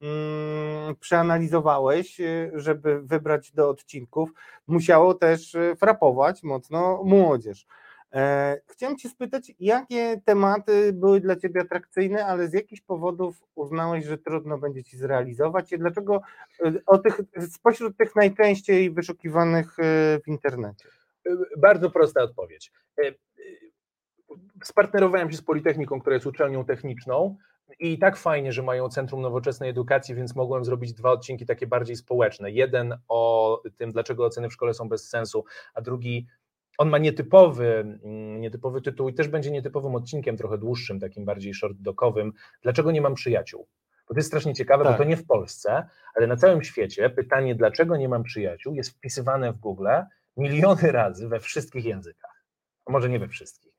A: przeanalizowałeś, żeby wybrać do odcinków, musiało też frapować mocno młodzież. Chciałem cię spytać, jakie tematy były dla ciebie atrakcyjne, ale z jakichś powodów uznałeś, że trudno będzie ci zrealizować i dlaczego spośród tych najczęściej wyszukiwanych w internecie?
D: Bardzo prosta odpowiedź. Spartnerowałem się z Politechniką, która jest uczelnią techniczną i tak fajnie, że mają Centrum Nowoczesnej Edukacji, więc mogłem zrobić 2 odcinki takie bardziej społeczne. Jeden o tym, dlaczego oceny w szkole są bez sensu, a drugi, on ma nietypowy tytuł i też będzie nietypowym odcinkiem, trochę dłuższym, takim bardziej short-docowym, dlaczego nie mam przyjaciół. Bo to jest strasznie ciekawe,
A: Tak.
D: Bo to nie w Polsce, ale na całym świecie pytanie, dlaczego nie mam przyjaciół, jest wpisywane w Google miliony razy we wszystkich językach. Może nie we wszystkich,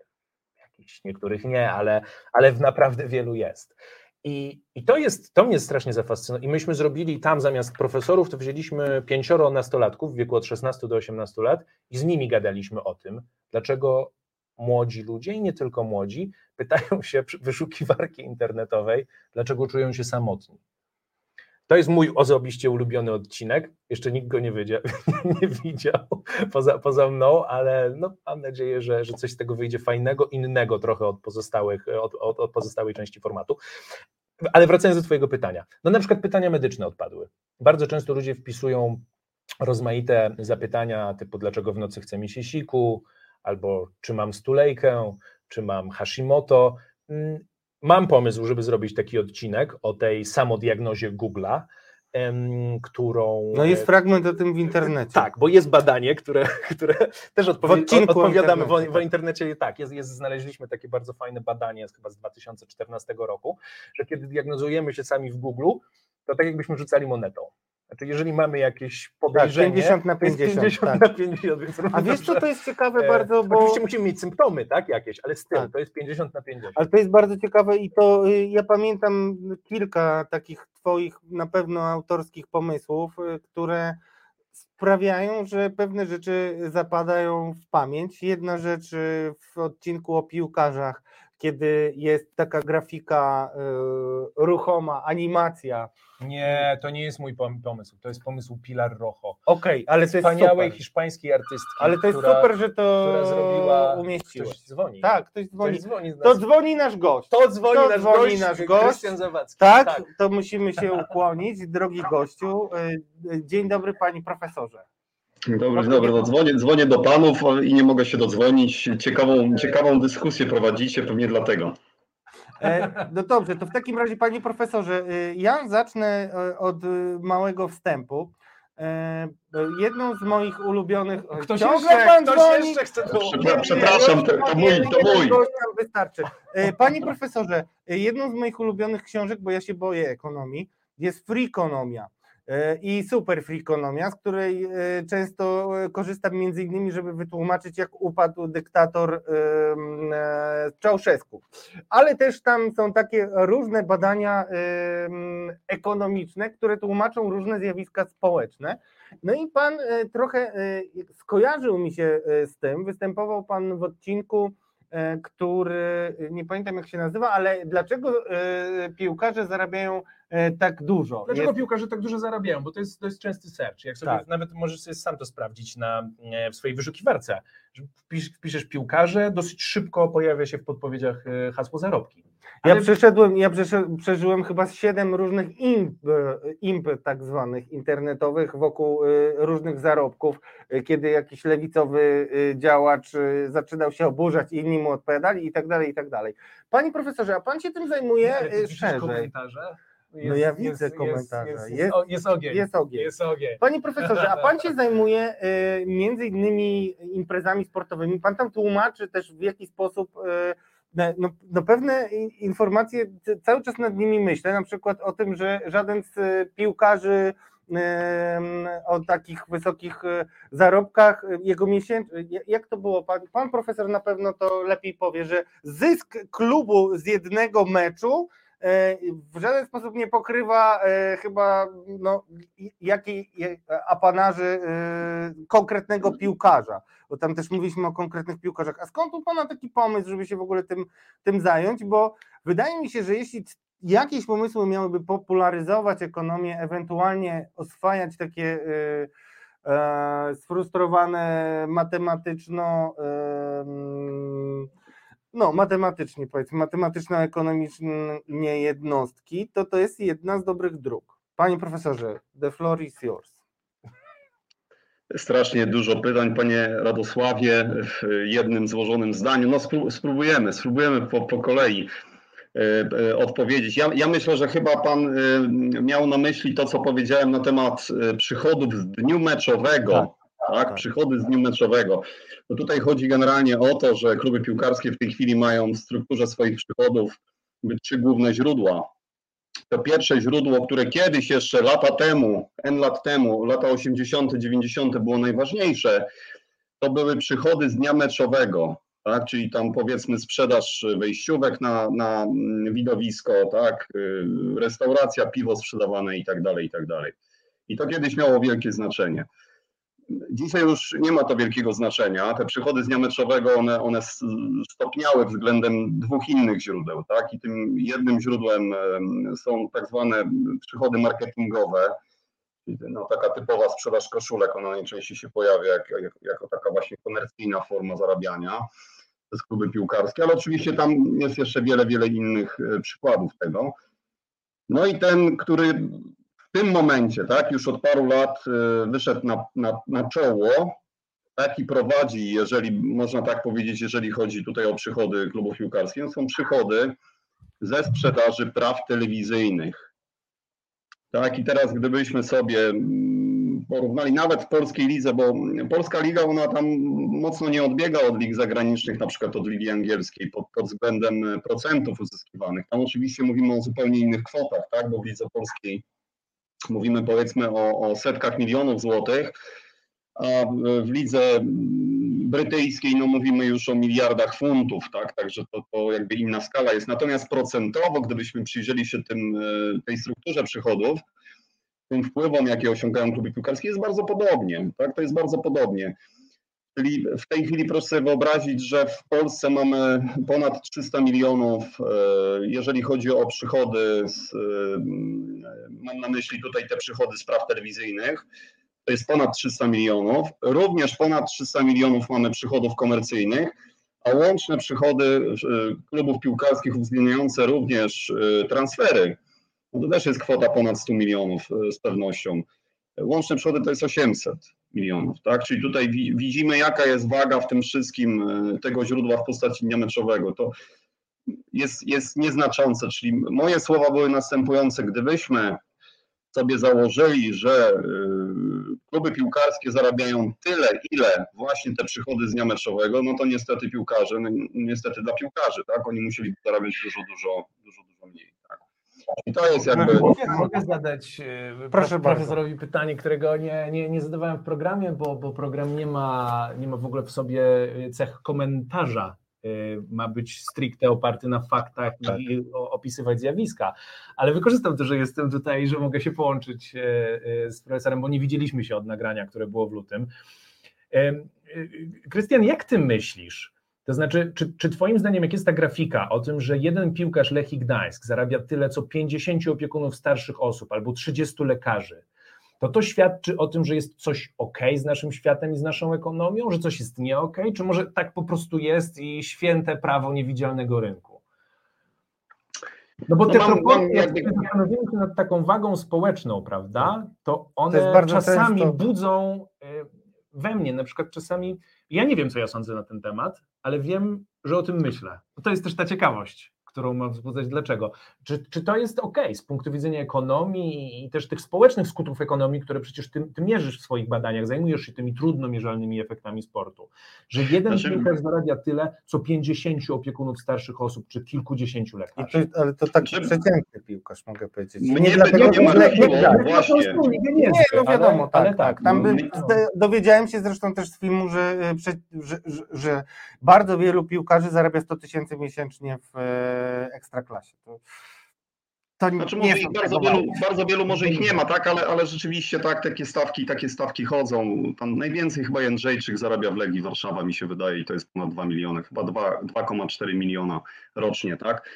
D: niektórych nie, ale w naprawdę wielu jest. I to mnie strasznie zafascynowało. I myśmy zrobili tam zamiast profesorów, to wzięliśmy 5 nastolatków w wieku od 16 do 18 lat i z nimi gadaliśmy o tym, dlaczego młodzi ludzie i nie tylko młodzi pytają się przy wyszukiwarki internetowej, dlaczego czują się samotni. To jest mój osobiście ulubiony odcinek. Jeszcze nikt go nie widział poza mną, ale mam nadzieję, że coś z tego wyjdzie fajnego, innego trochę od pozostałej części formatu. Ale wracając do twojego pytania. Na przykład pytania medyczne odpadły. Bardzo często ludzie wpisują rozmaite zapytania typu dlaczego w nocy chce mi się siku, albo czy mam stulejkę, czy mam Hashimoto. Mam pomysł, żeby zrobić taki odcinek o tej samodiagnozie Google'a, którą...
A: jest fragment o tym w internecie.
D: Tak, bo jest badanie, które też odpowiadamy w internecie. Tak, znaleźliśmy takie bardzo fajne badanie, chyba z 2014 roku, że kiedy diagnozujemy się sami w Google, to tak jakbyśmy rzucali monetą. Znaczy, jeżeli mamy jakieś podejrzenie,
A: 50 na 50.
D: 50 na 50, więc
A: a wiesz, co to jest ciekawe bardzo, bo...
D: Oczywiście musimy mieć symptomy, tak, jakieś, ale z tym to jest 50 na 50.
A: Ale to jest bardzo ciekawe i to ja pamiętam kilka takich twoich na pewno autorskich pomysłów, które sprawiają, że pewne rzeczy zapadają w pamięć. Jedna rzecz w odcinku o piłkarzach, kiedy jest taka grafika ruchoma, animacja.
D: Nie, to nie jest mój pomysł, to jest pomysł Pilar Rojo.
A: Okej, ale to jest
D: wspaniałej
A: super.
D: hiszpańskiej artystki.
A: Ale to jest super, że to
D: która zrobiła.
A: umieściłeś.
D: Ktoś dzwoni.
A: Tak, ktoś dzwoni.
D: Dzwoni
A: To dzwoni nasz gość.
D: To dzwoni nasz gość. Krystian Zawadzki.
A: Tak, to musimy się ukłonić, drogi gościu. Dzień dobry, panie profesorze.
F: Dobry, dzwonię do panów i nie mogę się dodzwonić. Ciekawą dyskusję prowadzicie, pewnie dlatego.
A: No dobrze, to w takim razie, panie profesorze, ja zacznę od małego wstępu. Jedną z moich ulubionych...
D: Ktoś jeszcze chce to...
F: Przepraszam, to mój.
A: Wystarczy. Panie profesorze, jedną z moich ulubionych książek, bo ja się boję ekonomii, jest Freakonomia. I Super Freakonomia, z której często korzystam między innymi, żeby wytłumaczyć, jak upadł dyktator Ceausescu. Ale też tam są takie różne badania ekonomiczne, które tłumaczą różne zjawiska społeczne. No i pan trochę skojarzył mi się z tym, występował pan w odcinku, który nie pamiętam jak się nazywa, ale dlaczego piłkarze zarabiają tak dużo?
D: Dlaczego piłkarze tak dużo zarabiają? Bo to jest częsty search. Jak sobie nawet możesz sobie sam to sprawdzić w swojej wyszukiwarce. Wpiszesz piłkarze, dosyć szybko pojawia się w podpowiedziach hasło zarobki.
A: Ale... Ja przeżyłem chyba 7 różnych imp tak zwanych internetowych wokół różnych zarobków, kiedy jakiś lewicowy działacz zaczynał się oburzać i inni mu odpowiadali i tak dalej, i tak dalej. Panie profesorze, a pan się tym zajmuje szerzej?
D: Komentarze?
A: No ja widzę komentarze.
D: Jest ogień.
A: Jest ogień. Panie profesorze, a pan się zajmuje między innymi imprezami sportowymi. Pan tam tłumaczy też w jaki sposób pewne informacje, cały czas nad nimi myślę, na przykład o tym, że żaden z piłkarzy o takich wysokich zarobkach, jego jak to było, pan profesor na pewno to lepiej powie, że zysk klubu z jednego meczu w żaden sposób nie pokrywa chyba jakiej apanarzy konkretnego piłkarza, bo tam też mówiliśmy o konkretnych piłkarzach. A skąd u pana taki pomysł, żeby się w ogóle tym zająć? Bo wydaje mi się, że jeśli jakieś pomysły miałyby popularyzować ekonomię, ewentualnie oswajać takie sfrustrowane matematyczno-ekonomicznie jednostki, to jest jedna z dobrych dróg. Panie profesorze, the floor is yours.
F: Strasznie dużo pytań, panie Radosławie, w jednym złożonym zdaniu. No spróbujemy po kolei odpowiedzieć. Ja myślę, że chyba pan miał na myśli to, co powiedziałem na temat przychodów z dniu meczowego. Tak, przychody z dnia meczowego. No tutaj chodzi generalnie o to, że kluby piłkarskie w tej chwili mają w strukturze swoich przychodów 3 główne źródła. To pierwsze źródło, które kiedyś jeszcze lat temu, lata 80., 90. było najważniejsze, to były przychody z dnia meczowego, tak? Czyli tam powiedzmy sprzedaż wejściówek na widowisko, tak? Restauracja, piwo sprzedawane i tak dalej, i tak dalej. I to kiedyś miało wielkie znaczenie. Dzisiaj już nie ma to wielkiego znaczenia. Te przychody z dnia meczowego, one stopniały względem 2 innych źródeł, tak? I tym jednym źródłem są tak zwane przychody marketingowe, taka typowa sprzedaż koszulek, ona najczęściej się pojawia jako taka właśnie komercyjna forma zarabiania przez kluby piłkarskie, ale oczywiście tam jest jeszcze wiele innych przykładów tego. No i ten, który w tym momencie, tak, już od paru lat wyszedł na czoło, tak, i prowadzi, jeżeli można tak powiedzieć, jeżeli chodzi tutaj o przychody klubów piłkarskich, są przychody ze sprzedaży praw telewizyjnych. Tak, i teraz gdybyśmy sobie porównali nawet w polskiej lidze, bo polska liga, ona tam mocno nie odbiega od lig zagranicznych, na przykład od ligi angielskiej pod względem procentów uzyskiwanych. Tam oczywiście mówimy o zupełnie innych kwotach, tak, bo w lidze polskiej mówimy powiedzmy o setkach milionów złotych, a w lidze brytyjskiej no mówimy już o miliardach funtów, tak, także to jakby inna skala jest. Natomiast procentowo, gdybyśmy przyjrzeli się tej strukturze przychodów, tym wpływom, jakie osiągają kluby piłkarskie, jest bardzo podobnie, tak, to jest bardzo podobnie. Czyli w tej chwili proszę sobie wyobrazić, że w Polsce mamy ponad 300 milionów, jeżeli chodzi o przychody, mam na myśli tutaj te przychody z praw telewizyjnych, to jest ponad 300 milionów, również ponad 300 milionów mamy przychodów komercyjnych, a łączne przychody klubów piłkarskich uwzględniające również transfery, no to też jest kwota ponad 100 milionów z pewnością. Łączne przychody to jest 800 milionów, tak? Czyli tutaj widzimy, jaka jest waga w tym wszystkim tego źródła w postaci dnia meczowego. To jest nieznaczące, czyli moje słowa były następujące. Gdybyśmy sobie założyli, że kluby piłkarskie zarabiają tyle, ile właśnie te przychody z dnia meczowego, no to niestety piłkarze, niestety dla piłkarzy, tak? Oni musieli zarabiać dużo mniej, tak? I to jest jakby...
D: Mogę zadać profesorowi pytanie, którego nie zadawałem w programie, bo program nie ma w ogóle w sobie cech komentarza. Ma być stricte oparty na faktach i opisywać zjawiska. Ale wykorzystam to, że jestem tutaj, że mogę się połączyć z profesorem, bo nie widzieliśmy się od nagrania, które było w lutym. Krystian, jak ty myślisz? To znaczy, czy twoim zdaniem, jak jest ta grafika o tym, że jeden piłkarz Lechii Gdańsk zarabia tyle, co 50 opiekunów starszych osób albo 30 lekarzy, to świadczy o tym, że jest coś okej z naszym światem i z naszą ekonomią, że coś jest nie okej, czy może tak po prostu jest i święte prawo niewidzialnego rynku? No bo te proporcje, jak zastanowimy się nad taką wagą społeczną, prawda, to one czasami budzą we mnie, na przykład czasami, ja nie wiem, co ja sądzę na ten temat, ale wiem, że o tym myślę. To jest też ta ciekawość, którą mam wzbudzać. Dlaczego? Czy to jest okej z punktu widzenia ekonomii i też tych społecznych skutków ekonomii, które przecież ty mierzysz w swoich badaniach, zajmujesz się tymi trudno mierzalnymi efektami sportu, że jeden piłkarz zarabia tyle, co 50 opiekunów starszych osób, czy kilkudziesięciu lekarzy.
A: Ale to taki przeciętny piłkarz, mogę powiedzieć.
F: Nie właśnie.
A: Nie, no wiadomo, tak. Tam dowiedziałem się zresztą też z filmu, że bardzo wielu piłkarzy zarabia 100 000 miesięcznie w Ekstraklasie. to
F: Znaczy
A: nie
F: może
A: są
F: ich
A: tego
F: bardzo wielu może ich nie ma, tak, ale rzeczywiście tak, takie stawki chodzą. Tam najwięcej chyba Jędrzejczyk zarabia w Legii Warszawa, mi się wydaje, i to jest ponad 2 miliony, chyba 2,4 miliona rocznie, tak.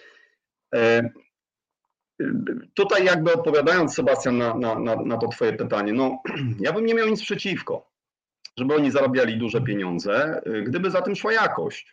F: Tutaj jakby odpowiadając, Sebastian, na to twoje pytanie, no ja bym nie miał nic przeciwko, żeby oni zarabiali duże pieniądze, gdyby za tym szła jakość.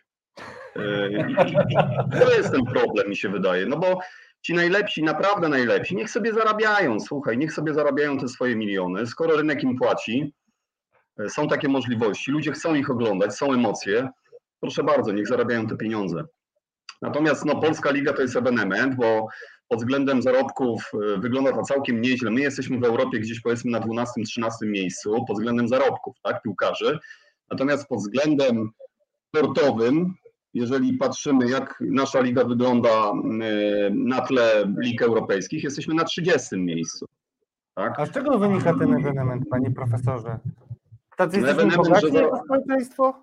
F: I to jest ten problem, mi się wydaje, no bo ci najlepsi, naprawdę najlepsi, niech sobie zarabiają, słuchaj, niech sobie zarabiają te swoje miliony, skoro rynek im płaci, są takie możliwości, ludzie chcą ich oglądać, są emocje, proszę bardzo, niech zarabiają te pieniądze. Natomiast no, Polska Liga to jest ewenement, bo pod względem zarobków wygląda to całkiem nieźle. My jesteśmy w Europie gdzieś powiedzmy na 12-13 miejscu pod względem zarobków, tak, piłkarzy. Natomiast pod względem sportowym, jeżeli patrzymy, jak nasza liga wygląda na tle lig europejskich, jesteśmy na 30 miejscu. Tak?
A: A z czego wynika ten ewenement, panie profesorze? Tacy
F: No
A: jesteśmy
F: ewenement,
A: bogaci
F: że
A: jako społeczeństwo?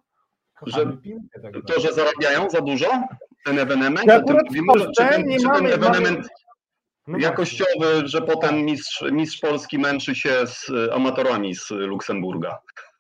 F: To, że zarabiają za dużo? Ten ewenement?
A: Ja
F: Czy
A: akurat w Polsce nie
F: ten
A: mamy-
F: ewenement
A: No
F: jakościowy, że potem mistrz Polski męczy się z amatorami z Luksemburga?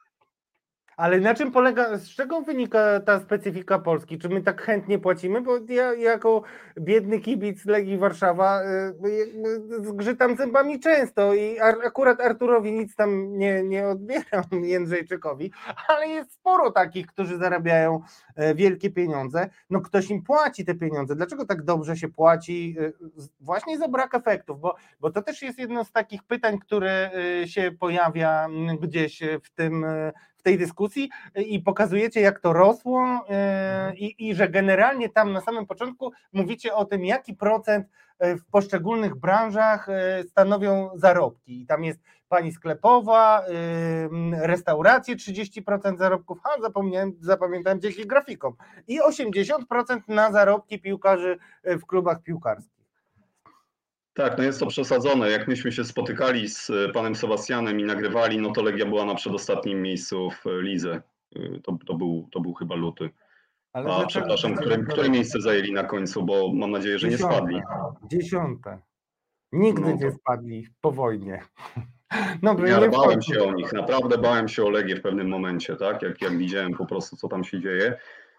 A: Ale na czym polega, z czego wynika ta specyfika Polski? Czy my tak chętnie płacimy? Bo ja jako biedny kibic Legii Warszawa zgrzytam zębami często i akurat Arturowi nic tam nie odbieram, Jędrzejczykowi, ale jest sporo takich, którzy zarabiają wielkie pieniądze. No ktoś im płaci te pieniądze. Dlaczego tak dobrze się płaci? Właśnie za brak efektów, bo to też jest jedno z takich pytań, które się pojawia gdzieś w tej dyskusji i pokazujecie, jak to rosło i że generalnie tam na samym początku mówicie o tym, jaki procent w poszczególnych branżach stanowią zarobki. I tam jest pani sklepowa, restauracje 30% zarobków, zapamiętałem dzięki grafikom, i 80% na zarobki piłkarzy w klubach piłkarskich.
F: Tak, no jest to przesadzone. Jak myśmy się spotykali z panem Sebastianem i nagrywali, no to Legia była na przedostatnim miejscu w lidze. To był chyba luty. A przepraszam, które miejsce zajęli na końcu, bo mam nadzieję, że nie spadli.
A: 10. Nigdy
F: No to-
A: nie spadli po wojnie. Dobrze,
F: Ja
A: nie
F: bałem
A: wchodźmy.
F: się o nich, naprawdę bałem się o Legię w pewnym momencie, tak? Jak widziałem po prostu, co tam się dzieje.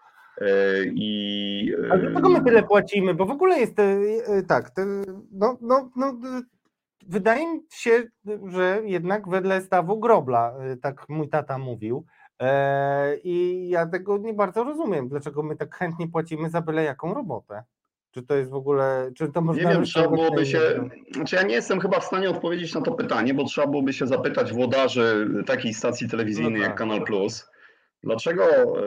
A: Ale dlaczego my tyle płacimy? Bo w ogóle jest tak, wydaje mi się, że jednak wedle stawu grobla, tak mój tata mówił, i ja tego nie bardzo rozumiem, dlaczego my tak chętnie płacimy za byle jaką robotę. Czy to jest w ogóle, czy to można...
F: Nie wiem, trzeba byłoby się, znaczy ja nie jestem chyba w stanie odpowiedzieć na to pytanie, bo trzeba byłoby się zapytać włodarzy takiej stacji telewizyjnej jak Kanal Plus, dlaczego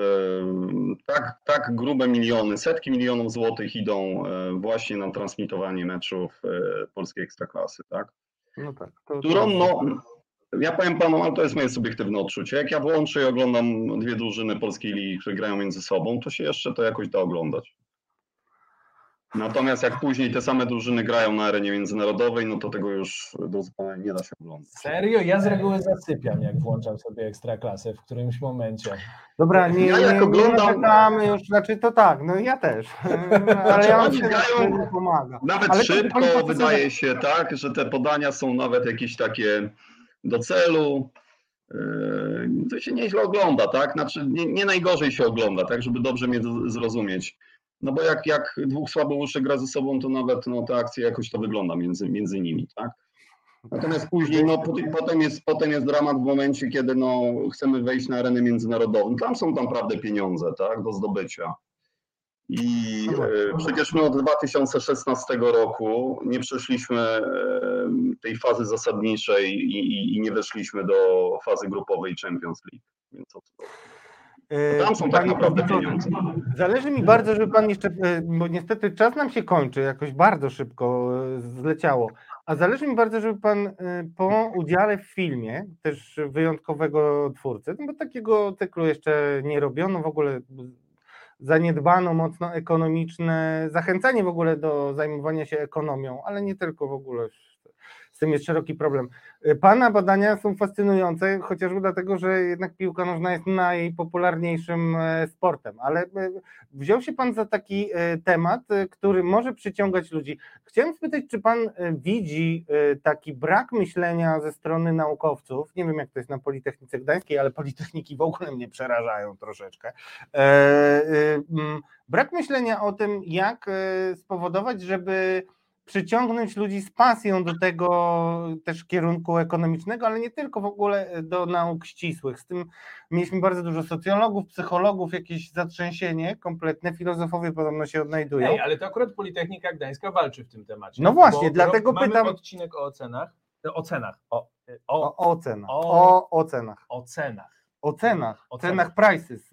F: tak grube miliony, setki milionów złotych idą właśnie na transmitowanie meczów polskiej Ekstraklasy, tak?
A: No tak.
F: Którą, no, ja powiem panu, ale to jest moje subiektywne odczucie, jak ja włączę i oglądam dwie drużyny polskiej ligi, które grają między sobą, to się jeszcze to jakoś da oglądać. Natomiast jak później te same drużyny grają na arenie międzynarodowej, no to tego już nie da się oglądać.
D: Serio? Ja z reguły zasypiam, jak włączam sobie Ekstraklasę w którymś momencie.
A: Dobra, nie narzekamy już, znaczy to tak, no ja też. Ale ja
F: oni grają
A: nie pomaga.
F: nawet
A: ale
F: szybko, wydaje się, tak, że te podania są nawet jakieś takie do celu. To się nieźle ogląda, tak? Znaczy nie najgorzej się ogląda, tak, żeby dobrze mnie zrozumieć. No bo jak dwóch słabouszy gra ze sobą, to nawet no, te akcje jakoś to wygląda między nimi, tak? Natomiast później, no potem jest dramat w momencie, kiedy no, chcemy wejść na arenę międzynarodową. Tam są naprawdę pieniądze, tak, do zdobycia. I przecież my od 2016 roku nie przeszliśmy tej fazy zasadniczej i nie weszliśmy do fazy grupowej Champions League. Więc tam są tak naprawdę pieniądze.
A: Zależy mi bardzo, żeby pan jeszcze, bo niestety czas nam się kończy, jakoś bardzo szybko zleciało, a zależy mi bardzo, żeby pan po udziale w filmie, też wyjątkowego twórcy, no bo takiego cyklu jeszcze nie robiono, w ogóle zaniedbano mocno ekonomiczne, zachęcanie w ogóle do zajmowania się ekonomią, ale nie tylko w ogóle z tym jest szeroki problem. Pana badania są fascynujące, chociażby dlatego, że jednak piłka nożna jest najpopularniejszym sportem, ale wziął się Pan za taki temat, który może przyciągać ludzi. Chciałem spytać, czy Pan widzi taki brak myślenia ze strony naukowców, nie wiem jak to jest na Politechnice Gdańskiej, ale Politechniki w ogóle mnie przerażają troszeczkę, brak myślenia o tym, jak spowodować, żeby przyciągnąć ludzi z pasją do tego też kierunku ekonomicznego, ale nie tylko, w ogóle do nauk ścisłych. Z tym mieliśmy bardzo dużo socjologów, psychologów, jakieś zatrzęsienie kompletne, filozofowie podobno się odnajdują.
D: Ale to akurat Politechnika Gdańska walczy w tym temacie.
A: No właśnie, dlatego
D: mamy
A: pytam...
D: odcinek o ocenach.
A: Cenach prices.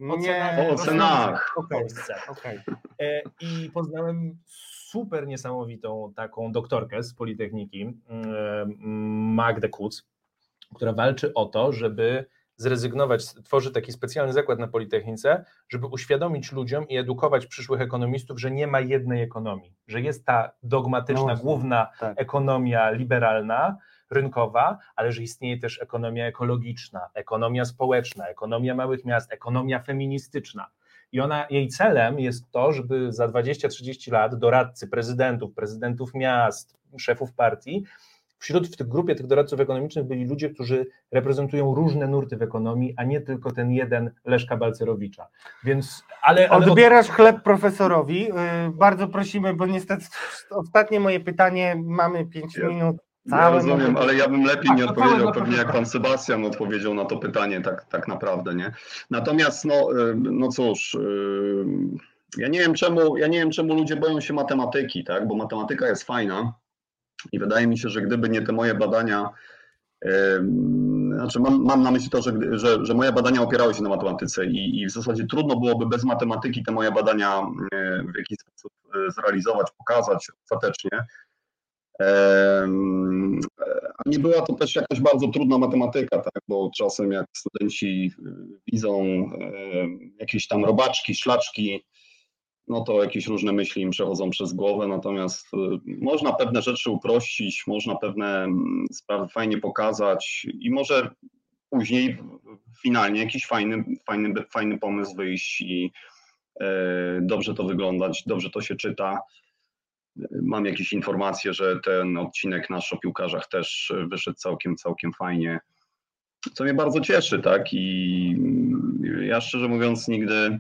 D: I poznałem super niesamowitą taką doktorkę z Politechniki, Magdę Kuc, która walczy o to, żeby zrezygnować, tworzy taki specjalny zakład na Politechnice, żeby uświadomić ludziom i edukować przyszłych ekonomistów, że nie ma jednej ekonomii, że jest ta dogmatyczna, główna ekonomia liberalna, rynkowa, ale że istnieje też ekonomia ekologiczna, ekonomia społeczna, ekonomia małych miast, ekonomia feministyczna. I jej celem jest to, żeby za 20-30 lat doradcy prezydentów miast, szefów partii, w tej grupie tych doradców ekonomicznych byli ludzie, którzy reprezentują różne nurty w ekonomii, a nie tylko ten jeden Leszka Balcerowicza.
A: Odbierasz chleb profesorowi. Bardzo prosimy, bo niestety ostatnie moje pytanie, mamy 5 minut.
F: Ja rozumiem, ale ja bym lepiej nie odpowiedział, pewnie jak pan Sebastian odpowiedział na to pytanie tak naprawdę, nie? Natomiast no cóż, ja nie wiem czemu ludzie boją się matematyki, tak? Bo matematyka jest fajna i wydaje mi się, że gdyby nie te moje badania, znaczy mam na myśli to, że moje badania opierały się na matematyce i w zasadzie trudno byłoby bez matematyki te moje badania w jakiś sposób zrealizować, pokazać ostatecznie. A nie była to też jakaś bardzo trudna matematyka, tak? Bo czasem jak studenci widzą jakieś tam robaczki, szlaczki, no to jakieś różne myśli im przechodzą przez głowę, natomiast można pewne rzeczy uprościć, można pewne sprawy fajnie pokazać i może później finalnie jakiś fajny pomysł wyjść i dobrze to wyglądać, dobrze to się czyta. Mam jakieś informacje, że ten odcinek nasz o piłkarzach też wyszedł całkiem fajnie, co mnie bardzo cieszy, tak? I ja szczerze mówiąc nigdy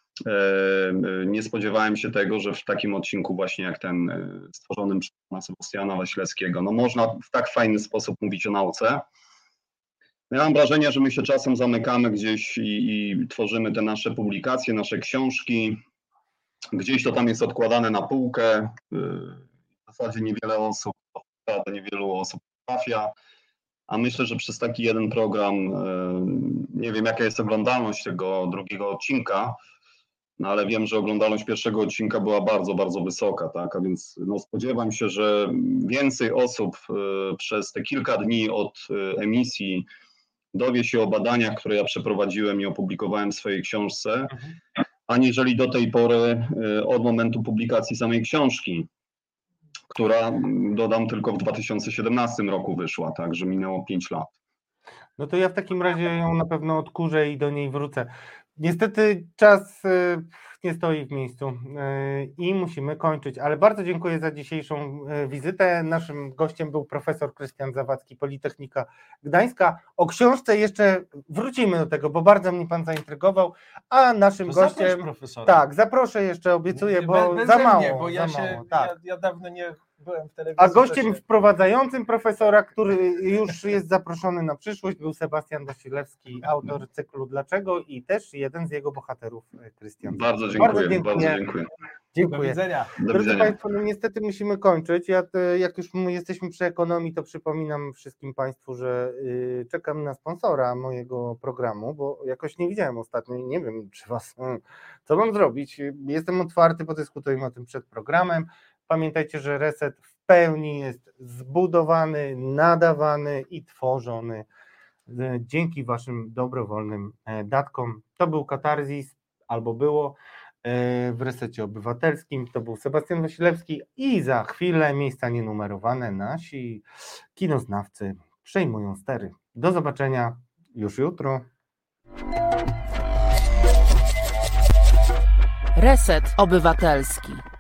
F: nie spodziewałem się tego, że w takim odcinku właśnie jak ten stworzonym przez pana Sebastiana Waślewskiego, no można w tak fajny sposób mówić o nauce. Ja mam wrażenie, że my się czasem zamykamy gdzieś i tworzymy te nasze publikacje, nasze książki. Gdzieś to tam jest odkładane na półkę, w zasadzie do niewielu osób trafia, a myślę, że przez taki jeden program, nie wiem jaka jest oglądalność tego drugiego odcinka, no ale wiem, że oglądalność pierwszego odcinka była bardzo, bardzo wysoka, tak, a więc no, spodziewam się, że więcej osób przez te kilka dni od emisji dowie się o badaniach, które ja przeprowadziłem i opublikowałem w swojej książce, aniżeli do tej pory od momentu publikacji samej książki, która, dodam, tylko w 2017 roku wyszła, tak, że minęło 5 lat.
A: No to ja w takim razie ją na pewno odkurzę i do niej wrócę. Niestety czas nie stoi w miejscu i musimy kończyć, ale bardzo dziękuję za dzisiejszą wizytę. Naszym gościem był profesor Krystian Zawadzki, Politechnika Gdańska. O książce jeszcze wrócimy do tego, bo bardzo mnie pan zaintrygował, a naszym gościem...
D: profesora.
A: Tak, zaproszę jeszcze, obiecuję, bo za mało.
D: Bo ja dawno nie byłem w telewizji.
A: A gościem wprowadzającym profesora, który już jest zaproszony na przyszłość, był Sebastian Wasilewski, autor cyklu Dlaczego i też jeden z jego bohaterów, Krystian.
F: Bardzo dziękuję.
A: Dziękuję.
D: Do widzenia.
A: Drodzy Państwo, no niestety musimy kończyć. Jak już jesteśmy przy ekonomii, to przypominam wszystkim Państwu, że czekam na sponsora mojego programu, bo jakoś nie widziałem ostatnio i nie wiem, co mam zrobić. Jestem otwarty, podyskutujmy o tym przed programem. Pamiętajcie, że Reset w pełni jest zbudowany, nadawany i tworzony dzięki Waszym dobrowolnym datkom. To był Katarzis, albo było. w Resecie Obywatelskim. To był Sebastian Wasilewski i za chwilę miejsca nienumerowane nasi kinoznawcy przejmują stery. Do zobaczenia już jutro.
G: Reset Obywatelski.